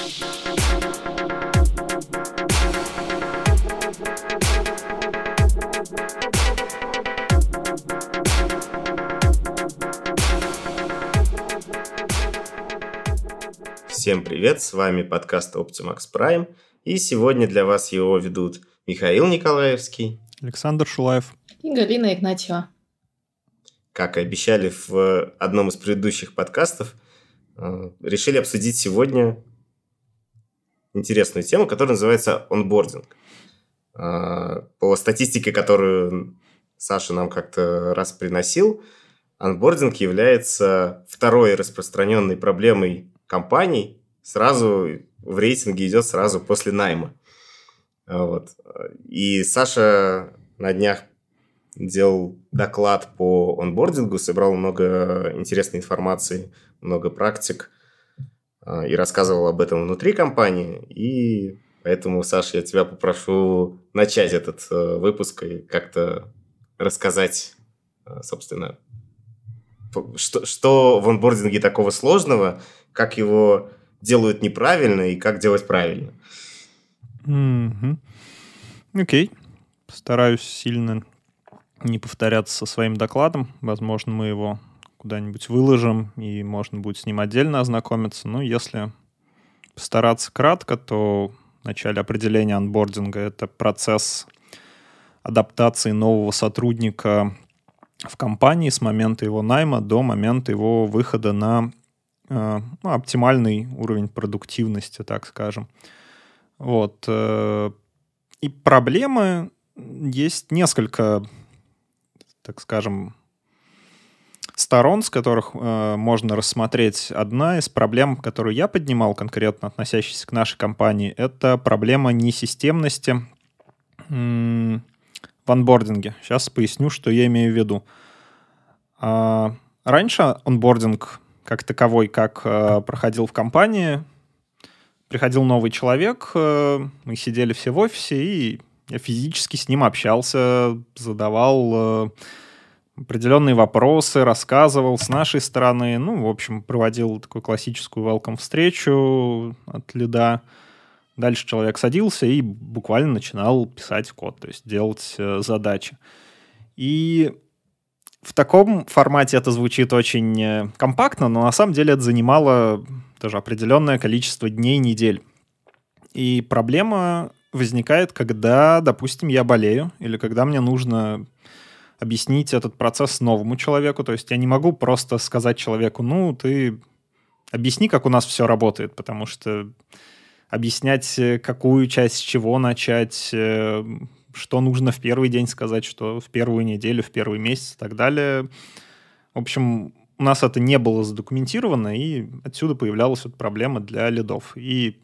Всем привет, с вами подкаст Optimax Prime, и сегодня для вас его ведут Михаил Николаевский, Александр Шулаев и Галина Игнатьева. Как и обещали в одном из предыдущих подкастов, решили обсудить сегодня интересную тему, которая называется онбординг. По статистике, которую Саша нам как-то раз приносил, онбординг является второй распространенной проблемой компаний, сразу в рейтинге идет сразу после найма. Вот. И Саша на днях делал доклад по онбордингу, собрал много интересной информации, много практик и рассказывал об этом внутри компании. И поэтому, Саша, я тебя попрошу начать этот выпуск и как-то рассказать, собственно, что в онбординге такого сложного, как его делают неправильно и как делать правильно. Окей. Постараюсь сильно не повторяться со своим докладом. Возможно, мы его куда-нибудь выложим, и можно будет с ним отдельно ознакомиться. Но если постараться кратко, то в начале определения онбординга — это процесс адаптации нового сотрудника в компании с момента его найма до момента его выхода на оптимальный уровень продуктивности, так скажем. Вот. И проблемы есть несколько, так скажем, сторон, с которых можно рассмотреть. Одна из проблем, которую я поднимал, конкретно относящаяся к нашей компании, это проблема несистемности в онбординге. Сейчас поясню, что я имею в виду. Раньше онбординг как таковой, как проходил в компании, приходил новый человек, мы сидели все в офисе, и я физически с ним общался, задавал определенные вопросы, рассказывал с нашей стороны, в общем, проводил такую классическую welcome-встречу от лида. Дальше человек садился и буквально начинал писать код, то есть делать задачи. И в таком формате это звучит очень компактно, но на самом деле это занимало тоже определенное количество дней, недель. И проблема возникает, когда, допустим, я болею, или когда мне нужно объяснить этот процесс новому человеку. То есть я не могу просто сказать человеку, ты объясни, как у нас все работает, потому что объяснять, какую часть, с чего начать, что нужно в первый день сказать, что в первую неделю, в первый месяц и так далее. В общем, у нас это не было задокументировано, и отсюда появлялась проблема для лидов. И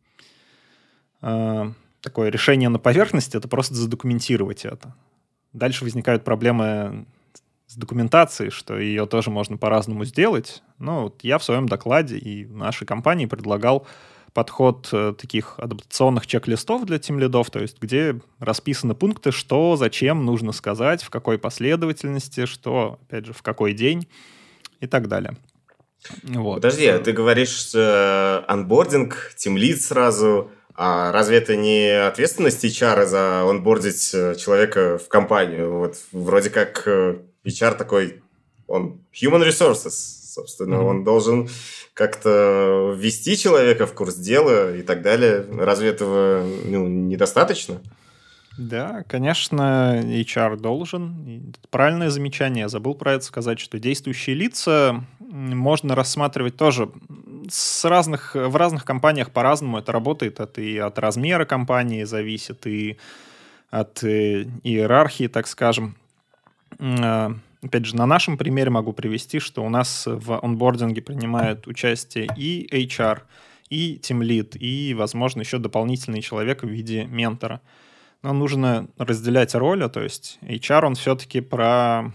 такое решение на поверхности — это просто задокументировать это. Дальше возникают проблемы с документацией, что ее тоже можно по-разному сделать. Но я в своем докладе и в нашей компании предлагал подход таких адаптационных чек-листов для тимлидов, то есть где расписаны пункты, что, зачем нужно сказать, в какой последовательности, что, опять же, в какой день и так далее. Вот. Подожди, а ты говоришь онбординг, тимлид сразу, а разве это не ответственность HR за онбордить человека в компанию? Вот вроде как HR такой, он human resources, собственно, он должен как-то ввести человека в курс дела и так далее. Разве этого недостаточно? Да, конечно, HR должен. Правильное замечание. Я забыл про это сказать, что действующие лица можно рассматривать тоже в разных компаниях по-разному это работает. Это и от размера компании зависит, и от иерархии, так скажем. Опять же, на нашем примере могу привести, что у нас в онбординге принимают участие и HR, и тимлид, и, возможно, еще дополнительный человек в виде ментора. Но нужно разделять роли, то есть HR, он все-таки в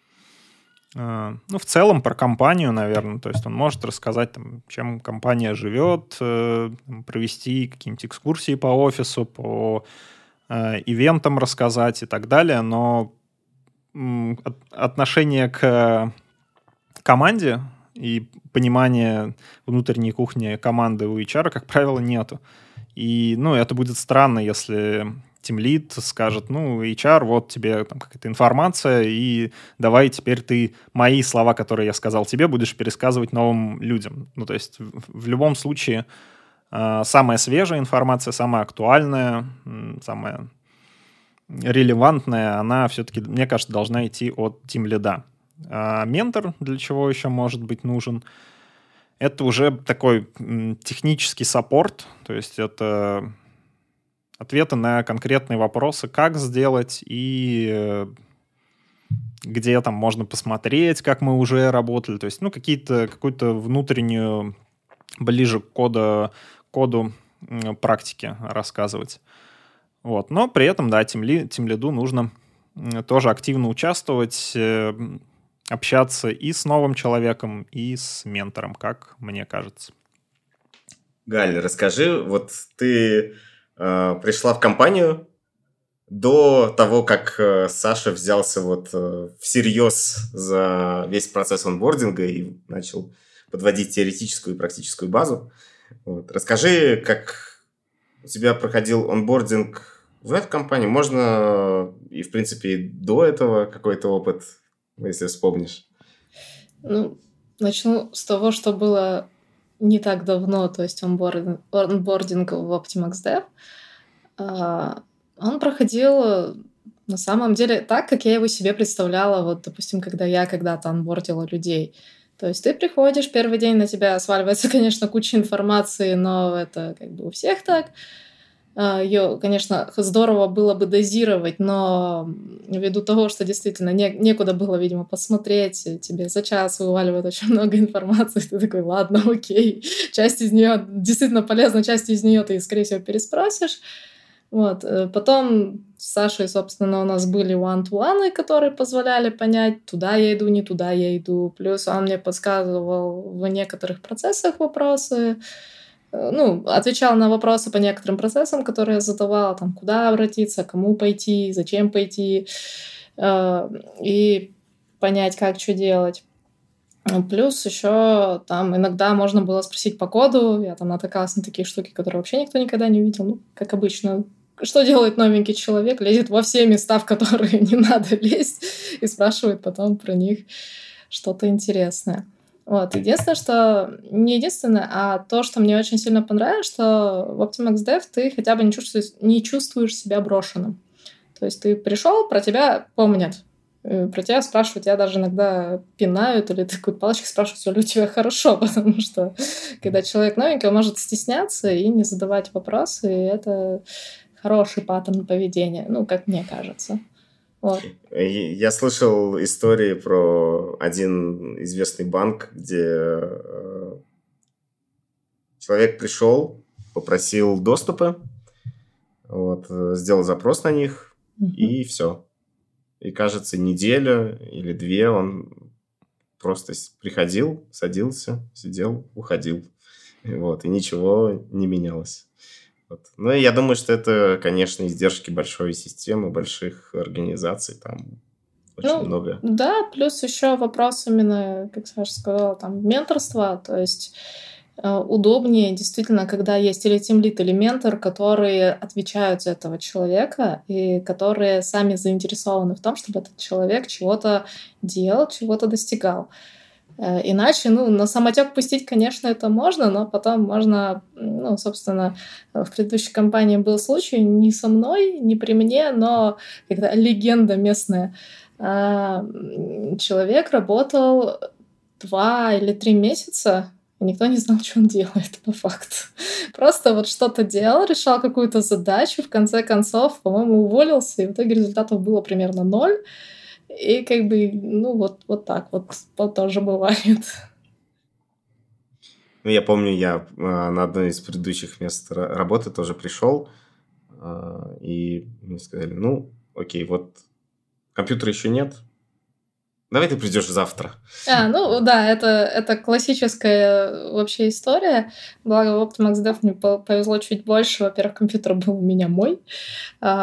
целом про компанию, наверное, то есть он может рассказать, чем компания живет, провести какие-нибудь экскурсии по офису, по ивентам рассказать и так далее, но отношение к команде и понимания внутренней кухни команды у HR, как правило, нету. И, это будет странно, если тимлид скажет, HR, вот тебе там какая-то информация, и давай теперь ты мои слова, которые я сказал тебе, будешь пересказывать новым людям. То есть в любом случае самая свежая информация, самая актуальная, самая релевантная, она все-таки, мне кажется, должна идти от тимлида. А ментор для чего еще может быть нужен? Это уже такой технический саппорт, то есть это ответы на конкретные вопросы, как сделать и где там можно посмотреть, как мы уже работали, то есть какую-то внутреннюю, ближе к коду практики рассказывать. Вот. Но при этом, да, тимлиду нужно тоже активно участвовать, общаться и с новым человеком, и с ментором, как мне кажется. Галь, расскажи, вот ты пришла в компанию до того, как Саша взялся всерьез за весь процесс онбординга и начал подводить теоретическую и практическую базу. Вот. Расскажи, как у тебя проходил онбординг в этой компании. Можно и, в принципе, и до этого какой-то опыт, если вспомнишь. Начну с того, что было не так давно, то есть онбординг в Optimax Dev. Он проходил на самом деле так, как я его себе представляла, допустим, когда я когда-то онбордила людей. То есть ты приходишь, первый день на тебя сваливается, конечно, куча информации, но это как бы у всех так. Ее, конечно, здорово было бы дозировать, но ввиду того, что действительно некуда было, видимо, посмотреть, тебе за час вываливают очень много информации, ты такой, ладно, окей, часть из нее действительно полезна, часть из нее ты, скорее всего, переспросишь. Вот. Потом с Сашей, собственно, у нас были one-to-one, которые позволяли понять, туда я иду, не туда я иду. Плюс он мне подсказывал в некоторых процессах вопросы, отвечал на вопросы по некоторым процессам, которые я задавала, там, куда обратиться, кому пойти, зачем пойти, и понять, как что делать. Плюс еще там иногда можно было спросить по коду, я там натыкалась на такие штуки, которые вообще никто никогда не видел, как обычно. Что делает новенький человек? Лезет во все места, в которые не надо лезть, и спрашивает потом про них что-то интересное. Вот. Единственное, что... Не единственное, а то, что мне очень сильно понравилось, что в Optimax Dev ты хотя бы не чувствуешь себя брошенным. То есть ты пришел, про тебя помнят. Про тебя спрашивают, тебя даже иногда пинают или тыкают палочкой, спрашивают, все ли у тебя хорошо, потому что когда человек новенький, он может стесняться и не задавать вопросы, и это хороший паттерн поведения, как мне кажется. Вот. Я слышал истории про один известный банк, где человек пришел, попросил доступы, сделал запрос на них, и все. И, кажется, неделю или две он просто приходил, садился, сидел, уходил. И ничего не менялось. Ну, и я думаю, что это, конечно, издержки большой системы, больших организаций, там очень много. Да, плюс еще вопрос именно, как Саша сказала, там, менторства, то есть удобнее действительно, когда есть или тимлид, или ментор, которые отвечают за этого человека и которые сами заинтересованы в том, чтобы этот человек чего-то делал, чего-то достигал. Иначе, на самотек пустить, конечно, это можно, но потом можно, собственно, в предыдущей компании был случай не со мной, не при мне, но когда легенда местная. Человек работал 2 или 3 месяца, и никто не знал, что он делает по факту. Просто что-то делал, решал какую-то задачу, в конце концов, по-моему, уволился, и в итоге результатов было примерно 0. И вот так тоже бывает. Я помню, я на одно из предыдущих мест работы тоже пришел, и мне сказали, окей, компьютера еще нет, давай ты придешь завтра. Да, это классическая вообще история. Благо в Optimax Dev мне повезло чуть больше. Во-первых, компьютер был у меня мой.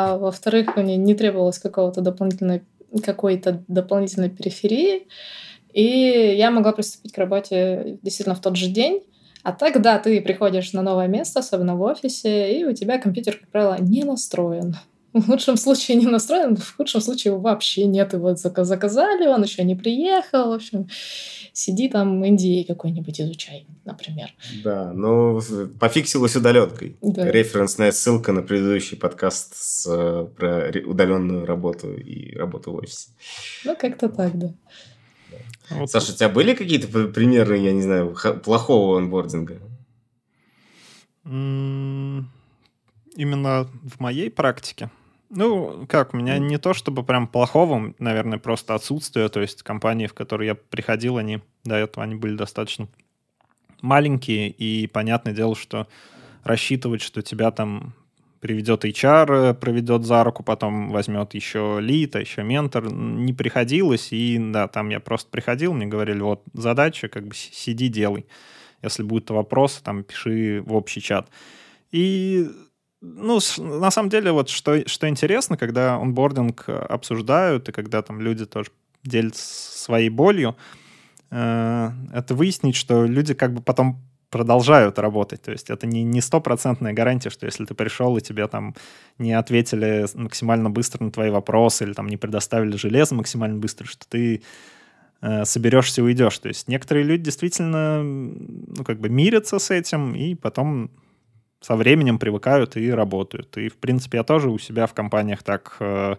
Во-вторых, мне не требовалось какой-то дополнительной периферии. И я могла приступить к работе действительно в тот же день. А тогда ты приходишь на новое место, особенно в офисе, и у тебя компьютер, как правило, не настроен. В лучшем случае не настроен, в худшем случае вообще нет. Его заказали, он еще не приехал. В общем, сиди там NDA какой-нибудь изучай, например. Да, но пофиксилось удаленкой. Да. Референсная ссылка на предыдущий подкаст про удаленную работу и работу в офисе. Ну, как-то так, да. Вот. Саша, у тебя были какие-то примеры, я не знаю, плохого онбординга? Именно в моей практике? Ну, как, у меня не то чтобы прям плохого, наверное, просто отсутствие. То есть компании, в которые я приходил, они до этого они были достаточно маленькие, и понятное дело, что рассчитывать, что тебя там приведет HR, проведет за руку, потом возьмет еще лид, а еще ментор, не приходилось. И да, там я просто приходил, мне говорили, вот задача, как бы сиди, делай. Если будут вопросы, там пиши в общий чат. И ну, на самом деле, вот что интересно, когда онбординг обсуждают, и когда там люди тоже делятся своей болью, это выяснить, что люди как бы потом продолжают работать. То есть это не стопроцентная гарантия, что если ты пришел, и тебе там не ответили максимально быстро на твои вопросы, или там не предоставили железо максимально быстро, что ты соберешься и уйдешь. То есть некоторые люди действительно ну, как бы мирятся с этим, и потом со временем привыкают и работают. И, в принципе, я тоже у себя в компаниях так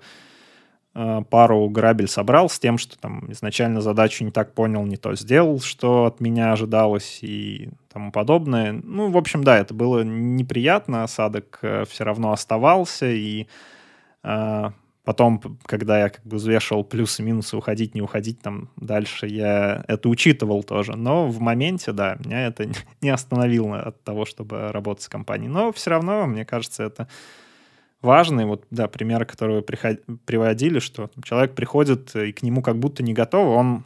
пару грабель собрал с тем, что там изначально задачу не так понял, не то сделал, что от меня ожидалось и тому подобное. Ну, в общем, да, это было неприятно, осадок все равно оставался, и потом, когда я как бы взвешивал плюсы и минусы, уходить, не уходить там дальше, я это учитывал тоже. Но в моменте, да, меня это не остановило от того, чтобы работать с компанией. Но все равно, мне кажется, это важный, вот, да, примеры, которые вы приводили, что человек приходит, и к нему как будто не готов, он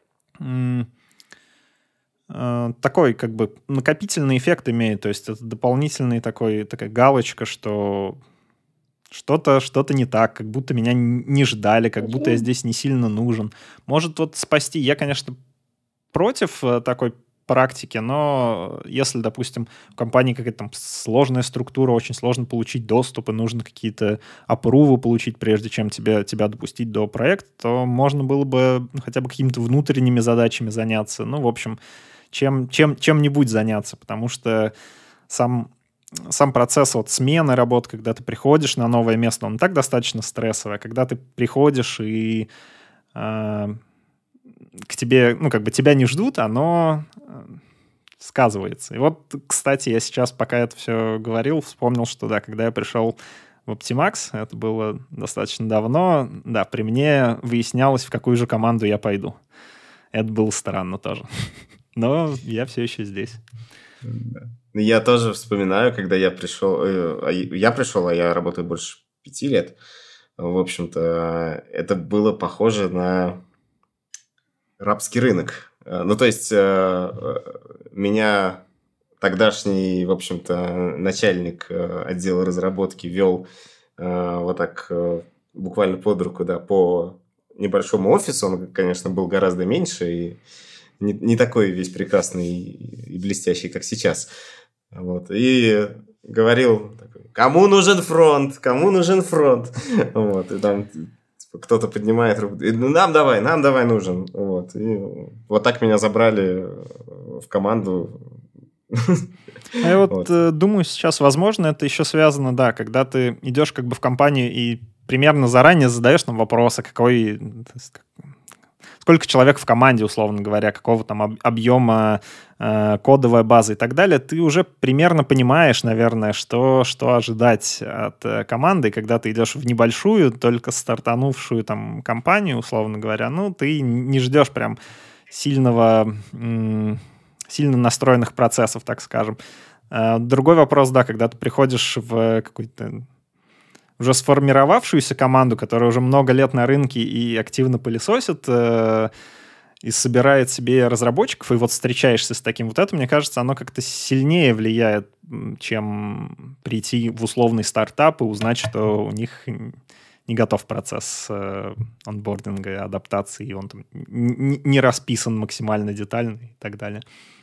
такой, как бы, накопительный эффект имеет, то есть это дополнительный такая галочка, что что-то не так, как будто меня не ждали, как будто я здесь не сильно нужен. Может вот спасти. Я, конечно, против такой практики, но если, допустим, в компании какая-то там сложная структура, очень сложно получить доступ, и нужно какие-то апрувы получить, прежде чем тебя допустить до проекта, то можно было бы хотя бы какими-то внутренними задачами заняться. Ну, в общем, чем-нибудь заняться, потому что сам процесс вот смены работы, когда ты приходишь на новое место, он так достаточно стрессовый, а когда ты приходишь и к тебе, ну, как бы тебя не ждут, оно сказывается. И вот, кстати, я сейчас, пока это все говорил, вспомнил, что, да, когда я пришел в Optimax, это было достаточно давно, да, при мне выяснялось, в какую же команду я пойду. Это было странно тоже. Но я все еще здесь. Я тоже вспоминаю, когда я пришел, а я работаю больше 5 лет. В общем-то, это было похоже на рабский рынок. Ну, то есть, меня тогдашний, в общем-то, начальник отдела разработки вел вот так буквально под руку, да, по небольшому офису. Он, конечно, был гораздо меньше и не такой весь прекрасный и блестящий, как сейчас. Вот. И говорил, кому нужен фронт, кому нужен фронт. Вот. И там кто-то поднимает руку, нам давай нужен. Вот. И вот так меня забрали в команду. А я вот думаю, сейчас, возможно, это еще связано, да, когда ты идешь как бы в компанию и примерно заранее задаешь нам вопросы, сколько человек в команде, условно говоря, какого там объема кодовая база и так далее, ты уже примерно понимаешь, наверное, что ожидать от команды. И когда ты идешь в небольшую, только стартанувшую там компанию, условно говоря, ну, ты не ждешь прям сильно настроенных процессов, так скажем. Другой вопрос, да, когда ты приходишь в какую-то уже сформировавшуюся команду, которая уже много лет на рынке и активно пылесосит, и собирает себе разработчиков, и вот встречаешься с таким, вот это, мне кажется, оно как-то сильнее влияет, чем прийти в условный стартап и узнать, что у них не готов процесс онбординга и адаптации, и он там не расписан максимально детально и так далее.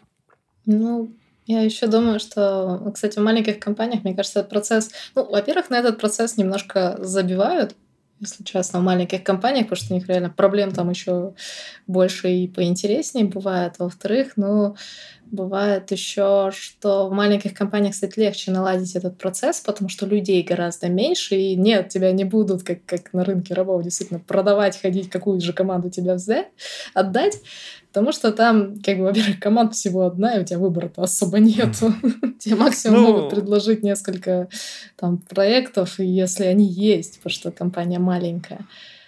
Ну, я еще думаю, что, кстати, в маленьких компаниях, мне кажется, этот процесс... Ну, во-первых, на этот процесс немножко забивают, если честно, в маленьких компаниях, потому что у них реально проблем там еще больше и поинтереснее бывает. Во-вторых, ну, бывает еще, что в маленьких компаниях, кстати, легче наладить этот процесс, потому что людей гораздо меньше, и нет, тебя не будут, как на рынке рабов, действительно, продавать, ходить, какую же команду тебя отдать, потому что там, как бы, во-первых, команд всего одна, и у тебя выбора-то особо нету. Тебе максимум могут предложить несколько там проектов, если они есть, потому что компания маленькая.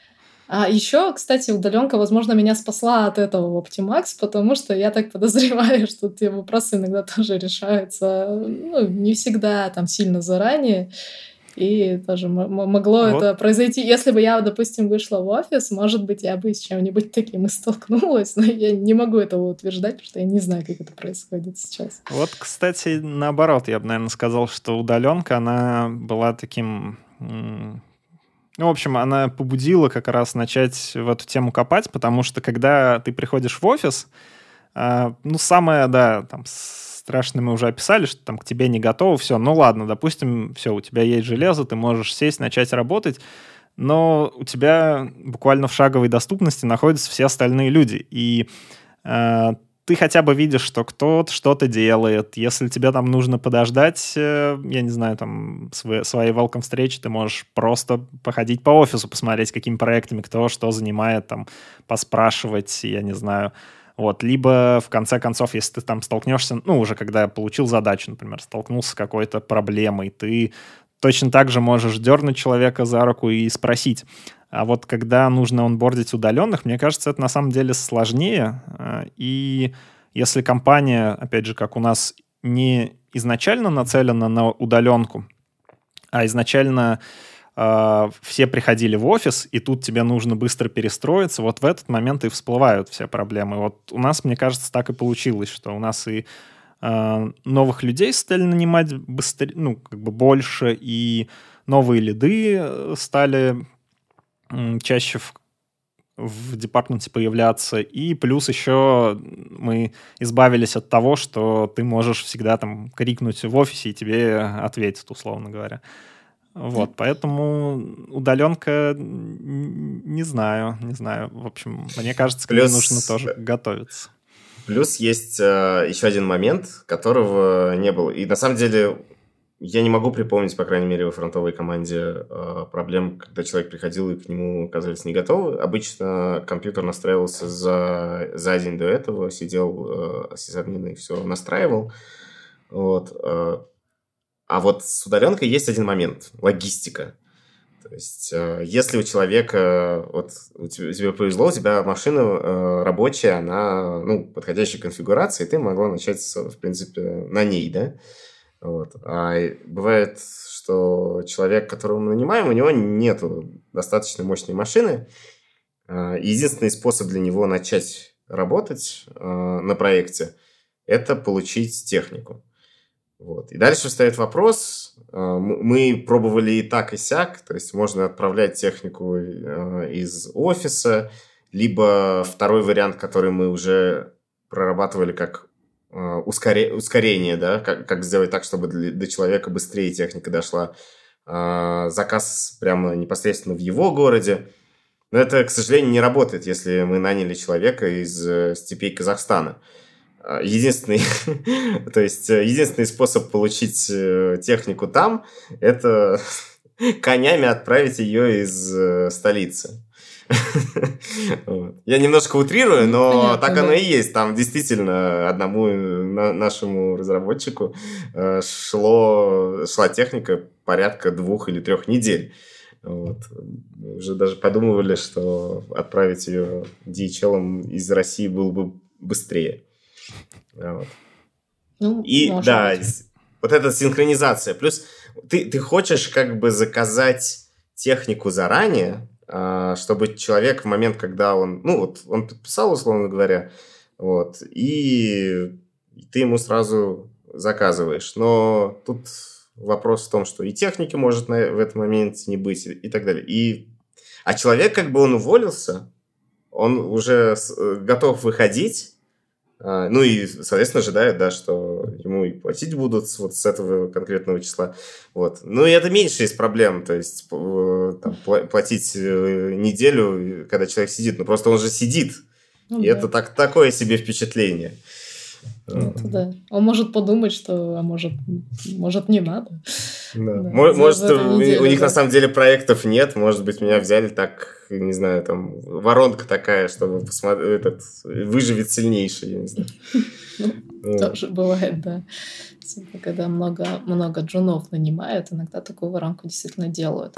А еще, кстати, удаленка, возможно, меня спасла от этого в Optimax, потому что я так подозреваю, что те вопросы иногда тоже решаются, ну, не всегда там сильно заранее. И тоже могло это произойти. Если бы я, допустим, вышла в офис, может быть, я бы с чем-нибудь таким и столкнулась, но я не могу этого утверждать, потому что я не знаю, как это происходит сейчас. Вот, кстати, наоборот, я бы, наверное, сказал, что удаленка, она была таким... Ну, в общем, она побудила как раз начать в эту тему копать, потому что когда ты приходишь в офис, ну, самое, да, там, страшное мы уже описали, что там к тебе не готово, все, ну, ладно, допустим, все, у тебя есть железо, ты можешь сесть, начать работать, но у тебя буквально в шаговой доступности находятся все остальные люди, и ты хотя бы видишь, что кто-то что-то делает. Если тебе там нужно подождать, я не знаю, там, своей welcome встречи, ты можешь просто походить по офису, посмотреть, какими проектами кто что занимает, там, поспрашивать, я не знаю. Вот. Либо, в конце концов, если ты там столкнешься, ну, уже когда получил задачу, например, столкнулся с какой-то проблемой, ты точно так же можешь дернуть человека за руку и спросить. А вот когда нужно онбордить удаленных, мне кажется, это на самом деле сложнее. И если компания, опять же, как у нас, не изначально нацелена на удаленку, а изначально все приходили в офис, и тут тебе нужно быстро перестроиться, вот в этот момент и всплывают все проблемы. Вот у нас, мне кажется, так и получилось, что у нас и новых людей стали нанимать быстрее, ну, как бы больше, и новые лиды стали чаще в департаменте появляться, и плюс еще мы избавились от того, что ты можешь всегда там крикнуть в офисе, и тебе ответят, условно говоря. Вот, поэтому удаленка, не знаю. В общем, мне кажется, к ней нужно тоже готовиться. Плюс есть еще один момент, которого не было. И на самом деле я не могу припомнить, по крайней мере, во фронтовой команде проблем, когда человек приходил и к нему оказались не готовы. Обычно компьютер настраивался за день до этого, сидел сисадмин и все настраивал. Вот. А вот с удаленкой есть один момент – логистика. То есть, если у человека, вот тебе повезло, у тебя машина рабочая, она, ну, подходящей конфигурации, ты могла начать, в принципе, на ней, да? Вот. А бывает, что человек, которого мы нанимаем, у него нет достаточно мощной машины. Единственный способ для него начать работать на проекте – это получить технику. Вот. И дальше встает вопрос, мы пробовали и так, и сяк, то есть можно отправлять технику из офиса, либо второй вариант, который мы уже прорабатывали как ускорение, да, как сделать так, чтобы до человека быстрее техника дошла, заказ прямо непосредственно в его городе. Но это, к сожалению, не работает, если мы наняли человека из степей Казахстана. Единственный способ получить технику там – это конями отправить ее из столицы. Я немножко утрирую, но понятно, так оно и есть. Там действительно одному нашему разработчику шла техника порядка 2 или 3 недель. Вот. Мы уже даже подумывали, что отправить ее DHL из России было бы быстрее. Вот. Ну, и да, вот эта синхронизация. Плюс ты хочешь как бы заказать технику заранее, чтобы человек в момент, когда он подписал, условно говоря, вот, и ты ему сразу заказываешь. Но тут вопрос в том, что и техники может в этот момент не быть, и так далее. И А человек, как бы он уволился, он уже готов выходить, ну и, соответственно, ожидает, да, что ему и платить будут вот с этого конкретного числа. Вот. Ну и это меньше из проблем, то есть там, платить неделю, когда человек сидит. Ну просто он же сидит, Ну, и да. это такое себе впечатление. Это да. Он может подумать, что, может, не надо. Да. Да, Может, за эту у неделю, них да. на самом деле проектов нет. Может быть, меня взяли так, не знаю, там, воронка такая, чтобы выживет сильнейший, я не знаю. Ну, тоже бывает, да. Особенно, когда много джунов нанимают, иногда такую воронку действительно делают.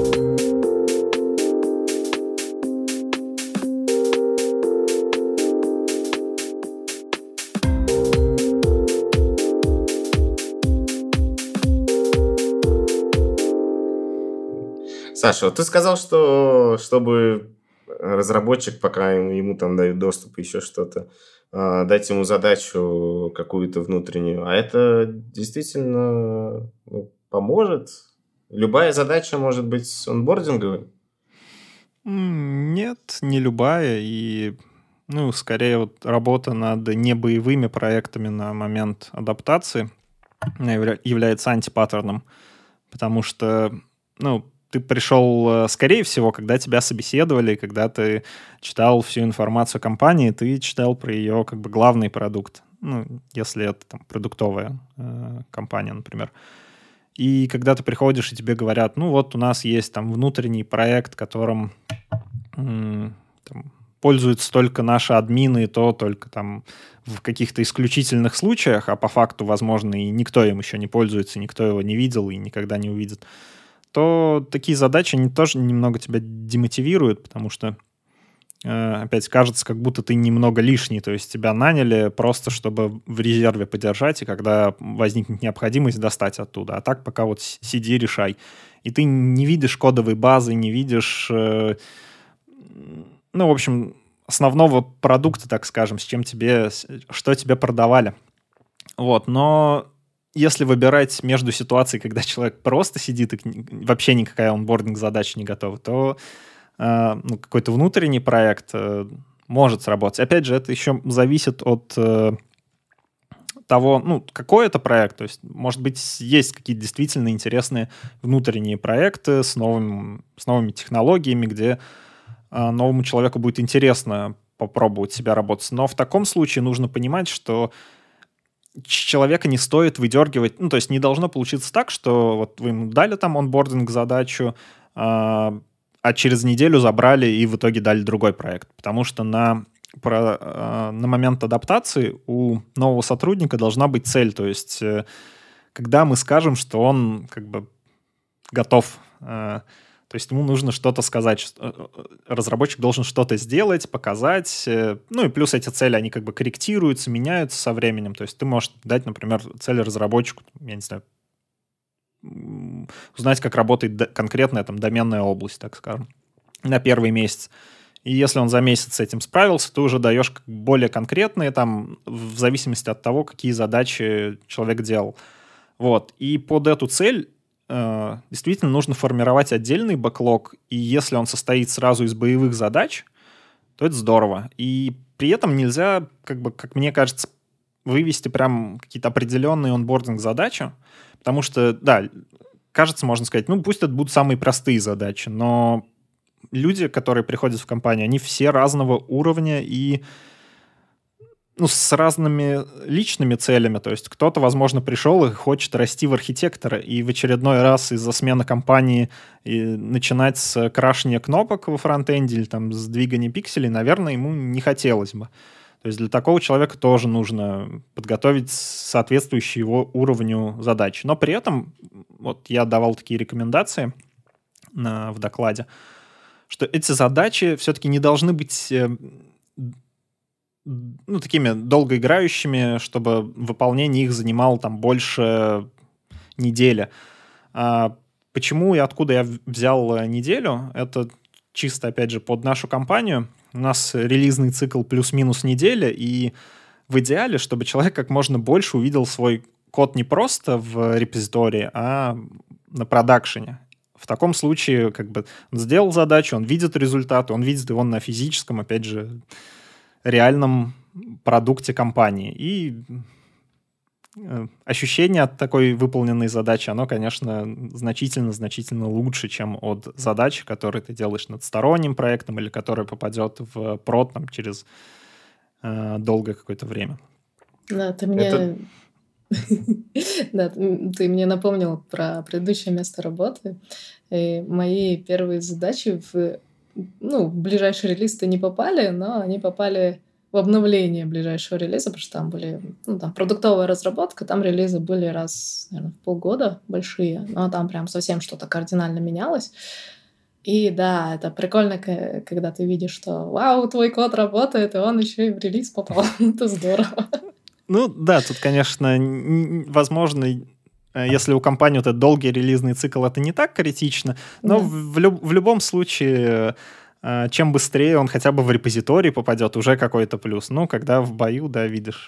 Саша, вот ты сказал, что чтобы разработчик, пока ему там дают доступ, еще что-то, дать ему задачу какую-то внутреннюю, а это действительно поможет? Любая задача может быть онбординговой? Нет, не любая. И, скорее вот работа над небоевыми проектами на момент адаптации является антипаттерном. Потому что, ты пришел, скорее всего, когда тебя собеседовали, когда ты читал всю информацию о компании, ты читал про ее как бы главный продукт. Если это там продуктовая компания, например. И когда ты приходишь, и тебе говорят, вот у нас есть там внутренний проект, которым пользуются только наши админы, и то только там в каких-то исключительных случаях, а по факту, возможно, и никто им еще не пользуется, никто его не видел и никогда не увидит, то такие задачи, они тоже немного тебя демотивируют, потому что опять кажется, как будто ты немного лишний, то есть тебя наняли просто, чтобы в резерве подержать, и когда возникнет необходимость, достать оттуда. А так пока вот сиди, решай. И ты не видишь кодовой базы, не видишь, в общем, основного продукта, так скажем, что тебе продавали. Вот, но если выбирать между ситуацией, когда человек просто сидит и вообще никакая онбординг-задача не готова, то какой-то внутренний проект может сработать. Опять же, это еще зависит от того, какой это проект. То есть, может быть, есть какие-то действительно интересные внутренние проекты с новыми технологиями, где новому человеку будет интересно попробовать себя работать. Но в таком случае нужно понимать, что человека не стоит выдергивать. То есть не должно получиться так, что вот вы ему дали там онбординг-задачу, а через неделю забрали и в итоге дали другой проект. Потому что на момент адаптации у нового сотрудника должна быть цель. То есть когда мы скажем, что он как бы готов, то есть ему нужно что-то сказать, разработчик должен что-то сделать, показать. И плюс эти цели, они как бы корректируются, меняются со временем. То есть ты можешь дать, например, цель разработчику, я не знаю, узнать, как работает конкретная там доменная область, так скажем, на первый месяц. И если он за месяц с этим справился, ты уже даешь более конкретные, там, в зависимости от того, какие задачи человек делал. Вот. И под эту цель действительно нужно формировать отдельный бэклог, и если он состоит сразу из боевых задач, то это здорово. И при этом нельзя, как мне кажется, вывести прям какие-то определенные онбординг-задачи, потому что, да, кажется, можно сказать, пусть это будут самые простые задачи, но люди, которые приходят в компанию, они все разного уровня и с разными личными целями. То есть кто-то, возможно, пришел и хочет расти в архитектора, и в очередной раз из-за смены компании начинать с крашения кнопок во фронтенде или там с двигания пикселей, наверное, ему не хотелось бы. То есть для такого человека тоже нужно подготовить соответствующие его уровню задачи. Но при этом, вот я давал такие рекомендации в докладе, что эти задачи все-таки не должны быть такими долгоиграющими, чтобы выполнение их занимало там больше недели. Почему и откуда я взял неделю? Это чисто, опять же, под нашу компанию. У нас релизный цикл плюс-минус неделя, и в идеале, чтобы человек как можно больше увидел свой код не просто в репозитории, а на продакшене. В таком случае как бы он сделал задачу, он видит результат, он видит его на физическом, опять же, реальном продукте компании. И ощущение от такой выполненной задачи, оно, конечно, значительно лучше, чем от задачи, которую ты делаешь над сторонним проектом или которая попадет в прод там, через долгое какое-то время. Да, ты мне напомнил про предыдущее место работы. И мои первые задачи в ближайший релиз-то не попали, но они попали в обновление ближайшего релиза, потому что там были там продуктовая разработка, там релизы были раз, наверное, в полгода большие, но там прям совсем что-то кардинально менялось. И да, это прикольно, когда ты видишь, что вау, твой код работает, и он еще и в релиз попал. Это здорово. Ну да, тут, конечно, возможно, если у компании вот этот долгий релизный цикл, это не так критично, но в любом случае, чем быстрее он хотя бы в репозиторий попадет, уже какой-то плюс. Ну, когда в бою, да, видишь,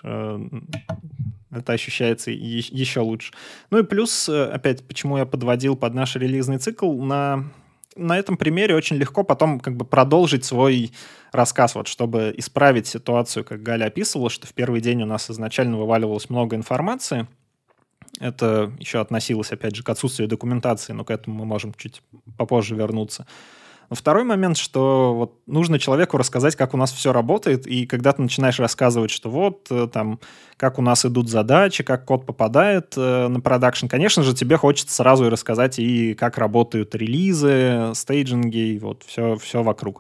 это ощущается еще лучше. Ну и плюс, опять, почему я подводил под наш релизный цикл, на этом примере очень легко потом как бы продолжить свой рассказ, вот, чтобы исправить ситуацию, как Галя описывала, что в первый день у нас изначально вываливалось много информации. Это еще относилось, опять же, к отсутствию документации, но к этому мы можем чуть попозже вернуться. Но второй момент, что вот нужно человеку рассказать, как у нас все работает, и когда ты начинаешь рассказывать, что вот там, как у нас идут задачи, как код попадает на продакшн, конечно же, тебе хочется сразу и рассказать, и как работают релизы, стейджинги, и вот все вокруг.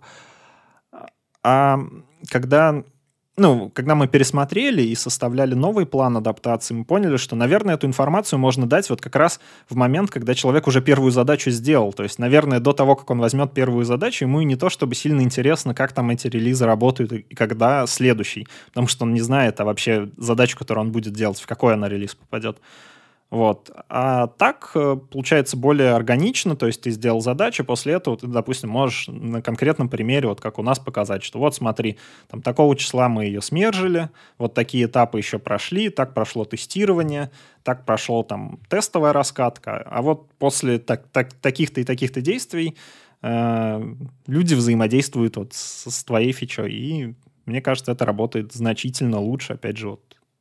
А когда мы пересмотрели и составляли новый план адаптации, мы поняли, что, наверное, эту информацию можно дать вот как раз в момент, когда человек уже первую задачу сделал. То есть, наверное, до того, как он возьмет первую задачу, ему и не то чтобы сильно интересно, как там эти релизы работают и когда следующий. Потому что он не знает, а вообще задачу, которую он будет делать, в какой она релиз попадет. Вот. А так получается более органично, то есть ты сделал задачу, после этого ты, допустим, можешь на конкретном примере, вот как у нас, показать, что вот смотри, там такого числа мы ее смержили, вот такие этапы еще прошли, так прошло тестирование, так прошло там тестовая раскатка, а вот после таких-то и таких-то действий люди взаимодействуют вот с твоей фичой, и мне кажется, это работает значительно лучше, опять же, вот.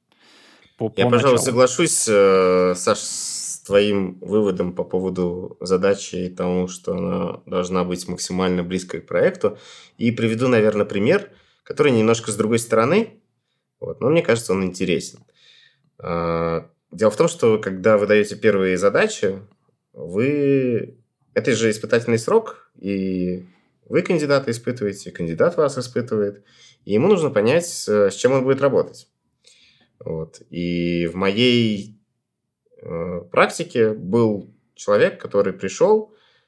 Я, пожалуй, соглашусь, Саш, с твоим выводом по поводу задачи и тому, что она должна быть максимально близкой к проекту. И приведу, наверное, пример, который немножко с другой стороны, вот, но мне кажется, он интересен. Дело в том, что когда вы даете первые задачи, это же испытательный срок, и вы кандидата испытываете, кандидат вас испытывает, и ему нужно понять, с чем он будет работать. Вот. И в моей практике был человек, который пришел,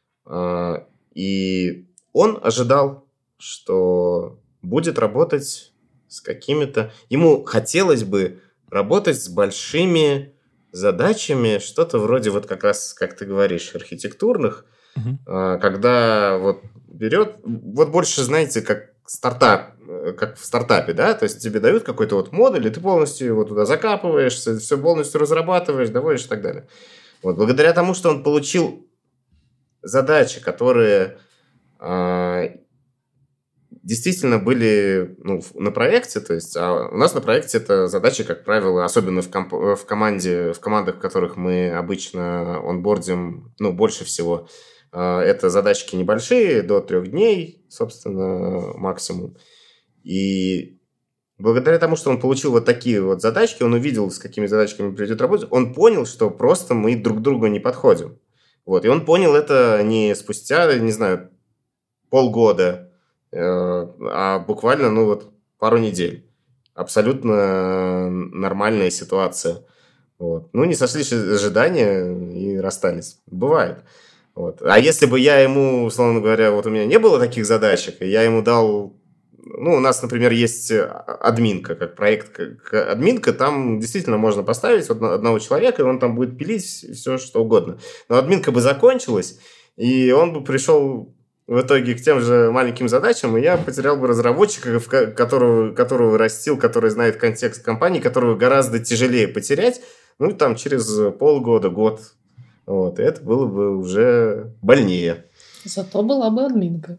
и он ожидал, что будет работать с какими-то... Ему хотелось бы работать с большими задачами, что-то вроде вот как раз, как ты говоришь, архитектурных, когда вот берет... Вот больше, знаете, как в стартапе, да, то есть тебе дают какой-то вот модуль, и ты полностью его туда закапываешься, все полностью разрабатываешь, доводишь и так далее. Вот, благодаря тому, что он получил задачи, которые действительно были на проекте, то есть у нас на проекте это задачи, как правило, особенно в командах, в которых мы обычно онбордим, больше всего, это задачки небольшие, до 3 дней, собственно, максимум. И благодаря тому, что он получил вот такие вот задачки, он увидел, с какими задачками придет работать, он понял, что просто мы друг к другу не подходим. Вот. И он понял это не спустя, не знаю, полгода, а буквально, пару недель. Абсолютно нормальная ситуация. Вот. Не сошлись ожидания и расстались. Бывает. Вот. А если бы я ему, условно говоря, вот у меня не было таких задачек, и я ему дал... у нас, например, есть админка, как проект админка, там действительно можно поставить одного человека, и он там будет пилить все, что угодно. Но админка бы закончилась, и он бы пришел в итоге к тем же маленьким задачам, и я потерял бы разработчика, которого растил, который знает контекст компании, которого гораздо тяжелее потерять, через полгода, год. Вот, и это было бы уже больнее. Зато была бы админка.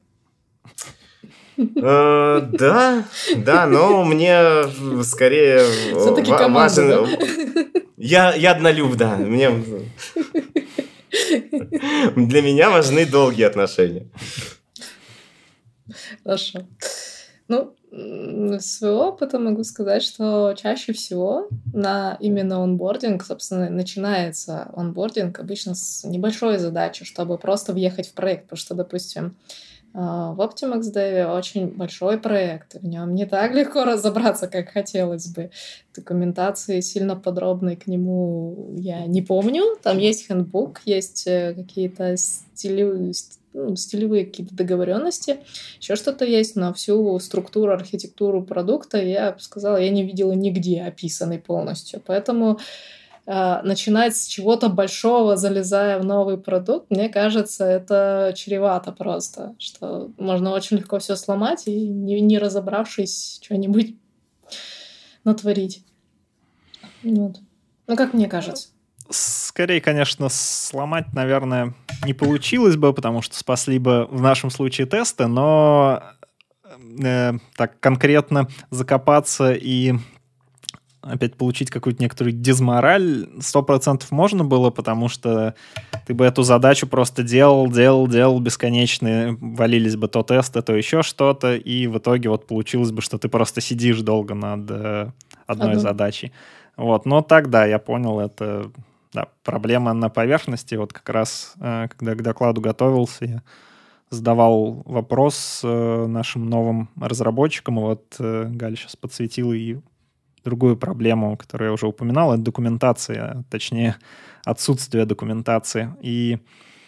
Да, но мне скорее Все-таки команда, важен... Я однолюб, да. Для меня важны долгие отношения. Хорошо. Ну, из своего опыта могу сказать, что чаще всего на именно онбординг, собственно, начинается онбординг обычно с небольшой задачи, чтобы просто въехать в проект, потому что, допустим, в Optimax Dev очень большой проект, в нем не так легко разобраться, как хотелось бы. Документации сильно подробной к нему я не помню. Там есть хендбук, есть какие-то стилевые какие-то договоренности, еще что-то есть, но всю структуру, архитектуру продукта, я бы сказала, я не видела нигде описанной полностью. Поэтому начинать с чего-то большого, залезая в новый продукт, мне кажется, это чревато просто, что можно очень легко все сломать и, не разобравшись, что-нибудь натворить. Вот. Ну, как мне кажется. Скорее, конечно, сломать, наверное, не получилось бы, потому что спасли бы в нашем случае тесты, но так конкретно закопаться и опять получить какую-то некоторую дизмораль 100% можно было, потому что ты бы эту задачу просто делал бесконечно, валились бы то тесты, то еще что-то, и в итоге вот получилось бы, что ты просто сидишь долго над одной задачей. Вот. Но тогда я понял, это проблема на поверхности. Вот как раз, когда к докладу готовился, я задавал вопрос нашим новым разработчикам, и вот Галя сейчас подсветила и другую проблему, которую я уже упоминал, это документация, точнее, отсутствие документации. И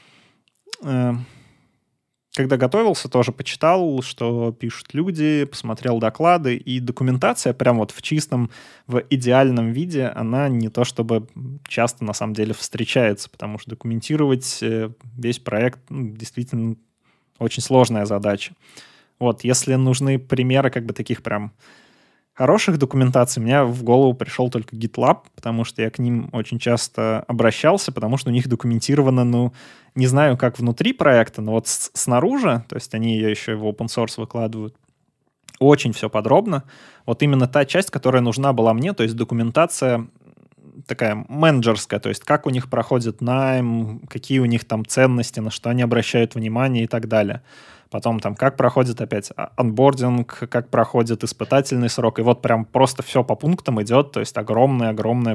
когда готовился, тоже почитал, что пишут люди, посмотрел доклады, и документация прям вот в чистом, в идеальном виде, она не то чтобы часто на самом деле встречается, потому что документировать весь проект действительно очень сложная задача. Вот, если нужны примеры как бы таких прям хороших документаций, мне в голову пришел только GitLab, потому что я к ним очень часто обращался, потому что у них документировано, не знаю, как внутри проекта, но вот снаружи, то есть они ее еще и в open source выкладывают, очень все подробно. Вот именно та часть, которая нужна была мне, то есть документация такая менеджерская, то есть как у них проходит найм, какие у них там ценности, на что они обращают внимание и так далее. Потом там как проходит опять онбординг, как проходит испытательный срок. И вот прям просто все по пунктам идет. То есть огромный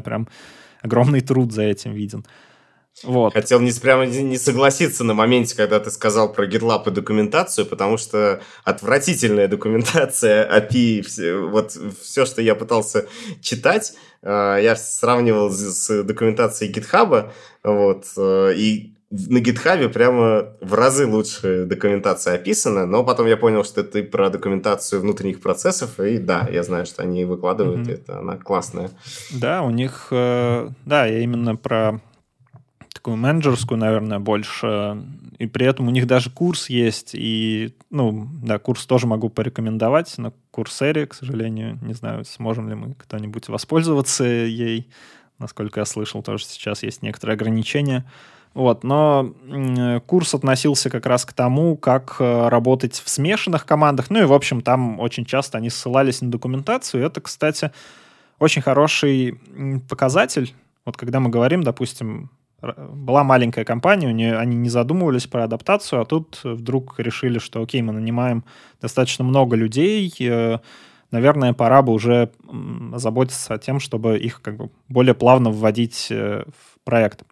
труд за этим виден. Вот. Хотел прямо не согласиться на моменте, когда ты сказал про GitLab и документацию, потому что отвратительная документация API, вот все, что я пытался читать, я сравнивал с документацией GitHub, вот, и на GitHub прямо в разы лучше документация описана, но потом я понял, что это про документацию внутренних процессов, и да, я знаю, что они выкладывают, это она классная. Да, у них, я именно про такую менеджерскую, наверное, больше, и при этом у них даже курс есть, и, курс тоже могу порекомендовать на Coursera, к сожалению, не знаю, сможем ли мы кто-нибудь воспользоваться ей, насколько я слышал, тоже сейчас есть некоторые ограничения. Вот, но курс относился как раз к тому, как работать в смешанных командах. Ну и, в общем, там очень часто они ссылались на документацию. И это, кстати, очень хороший показатель. Вот когда мы говорим, допустим, была маленькая компания, они не задумывались про адаптацию, а тут вдруг решили, что окей, мы нанимаем достаточно много людей, наверное, пора бы уже заботиться о том, чтобы их как бы более плавно вводить в проект.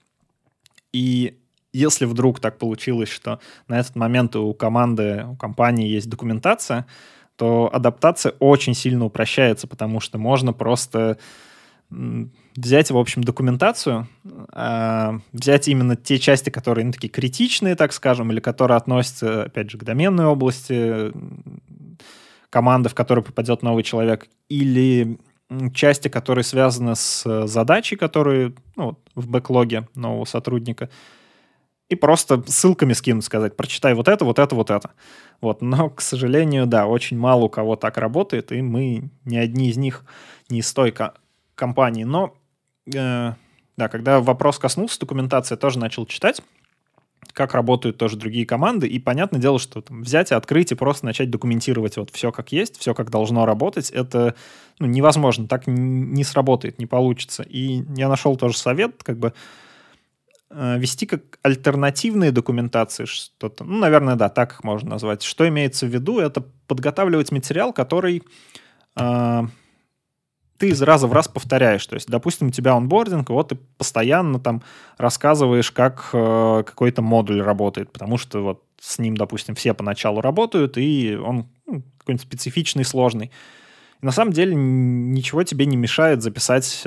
И если вдруг так получилось, что на этот момент у компании есть документация, то адаптация очень сильно упрощается, потому что можно просто взять, в общем, документацию, взять именно те части, которые такие критичные, так скажем, или которые относятся, опять же, к доменной области команды, в которую попадет новый человек, или части, которые связаны с задачей, которые в бэклоге нового сотрудника, и просто ссылками скинуть, сказать, прочитай вот это, вот это, вот это. Вот. Но, к сожалению, да, очень мало у кого так работает, и мы не одни из них, не из той компании. Но, Да, когда вопрос коснулся документации, я тоже начал читать, как работают тоже другие команды, и понятное дело, что там, взять, открыть и просто начать документировать вот все как есть, все как должно работать, это невозможно, так не сработает, не получится. И я нашел тоже совет, как бы вести как альтернативные документации что-то, наверное, да, так их можно назвать. Что имеется в виду? Это подготавливать материал, который ты из раза в раз повторяешь. То есть, допустим, у тебя онбординг, и вот ты постоянно там рассказываешь, как какой-то модуль работает, потому что вот с ним, допустим, все поначалу работают, и он какой-нибудь специфичный, сложный. И на самом деле ничего тебе не мешает записать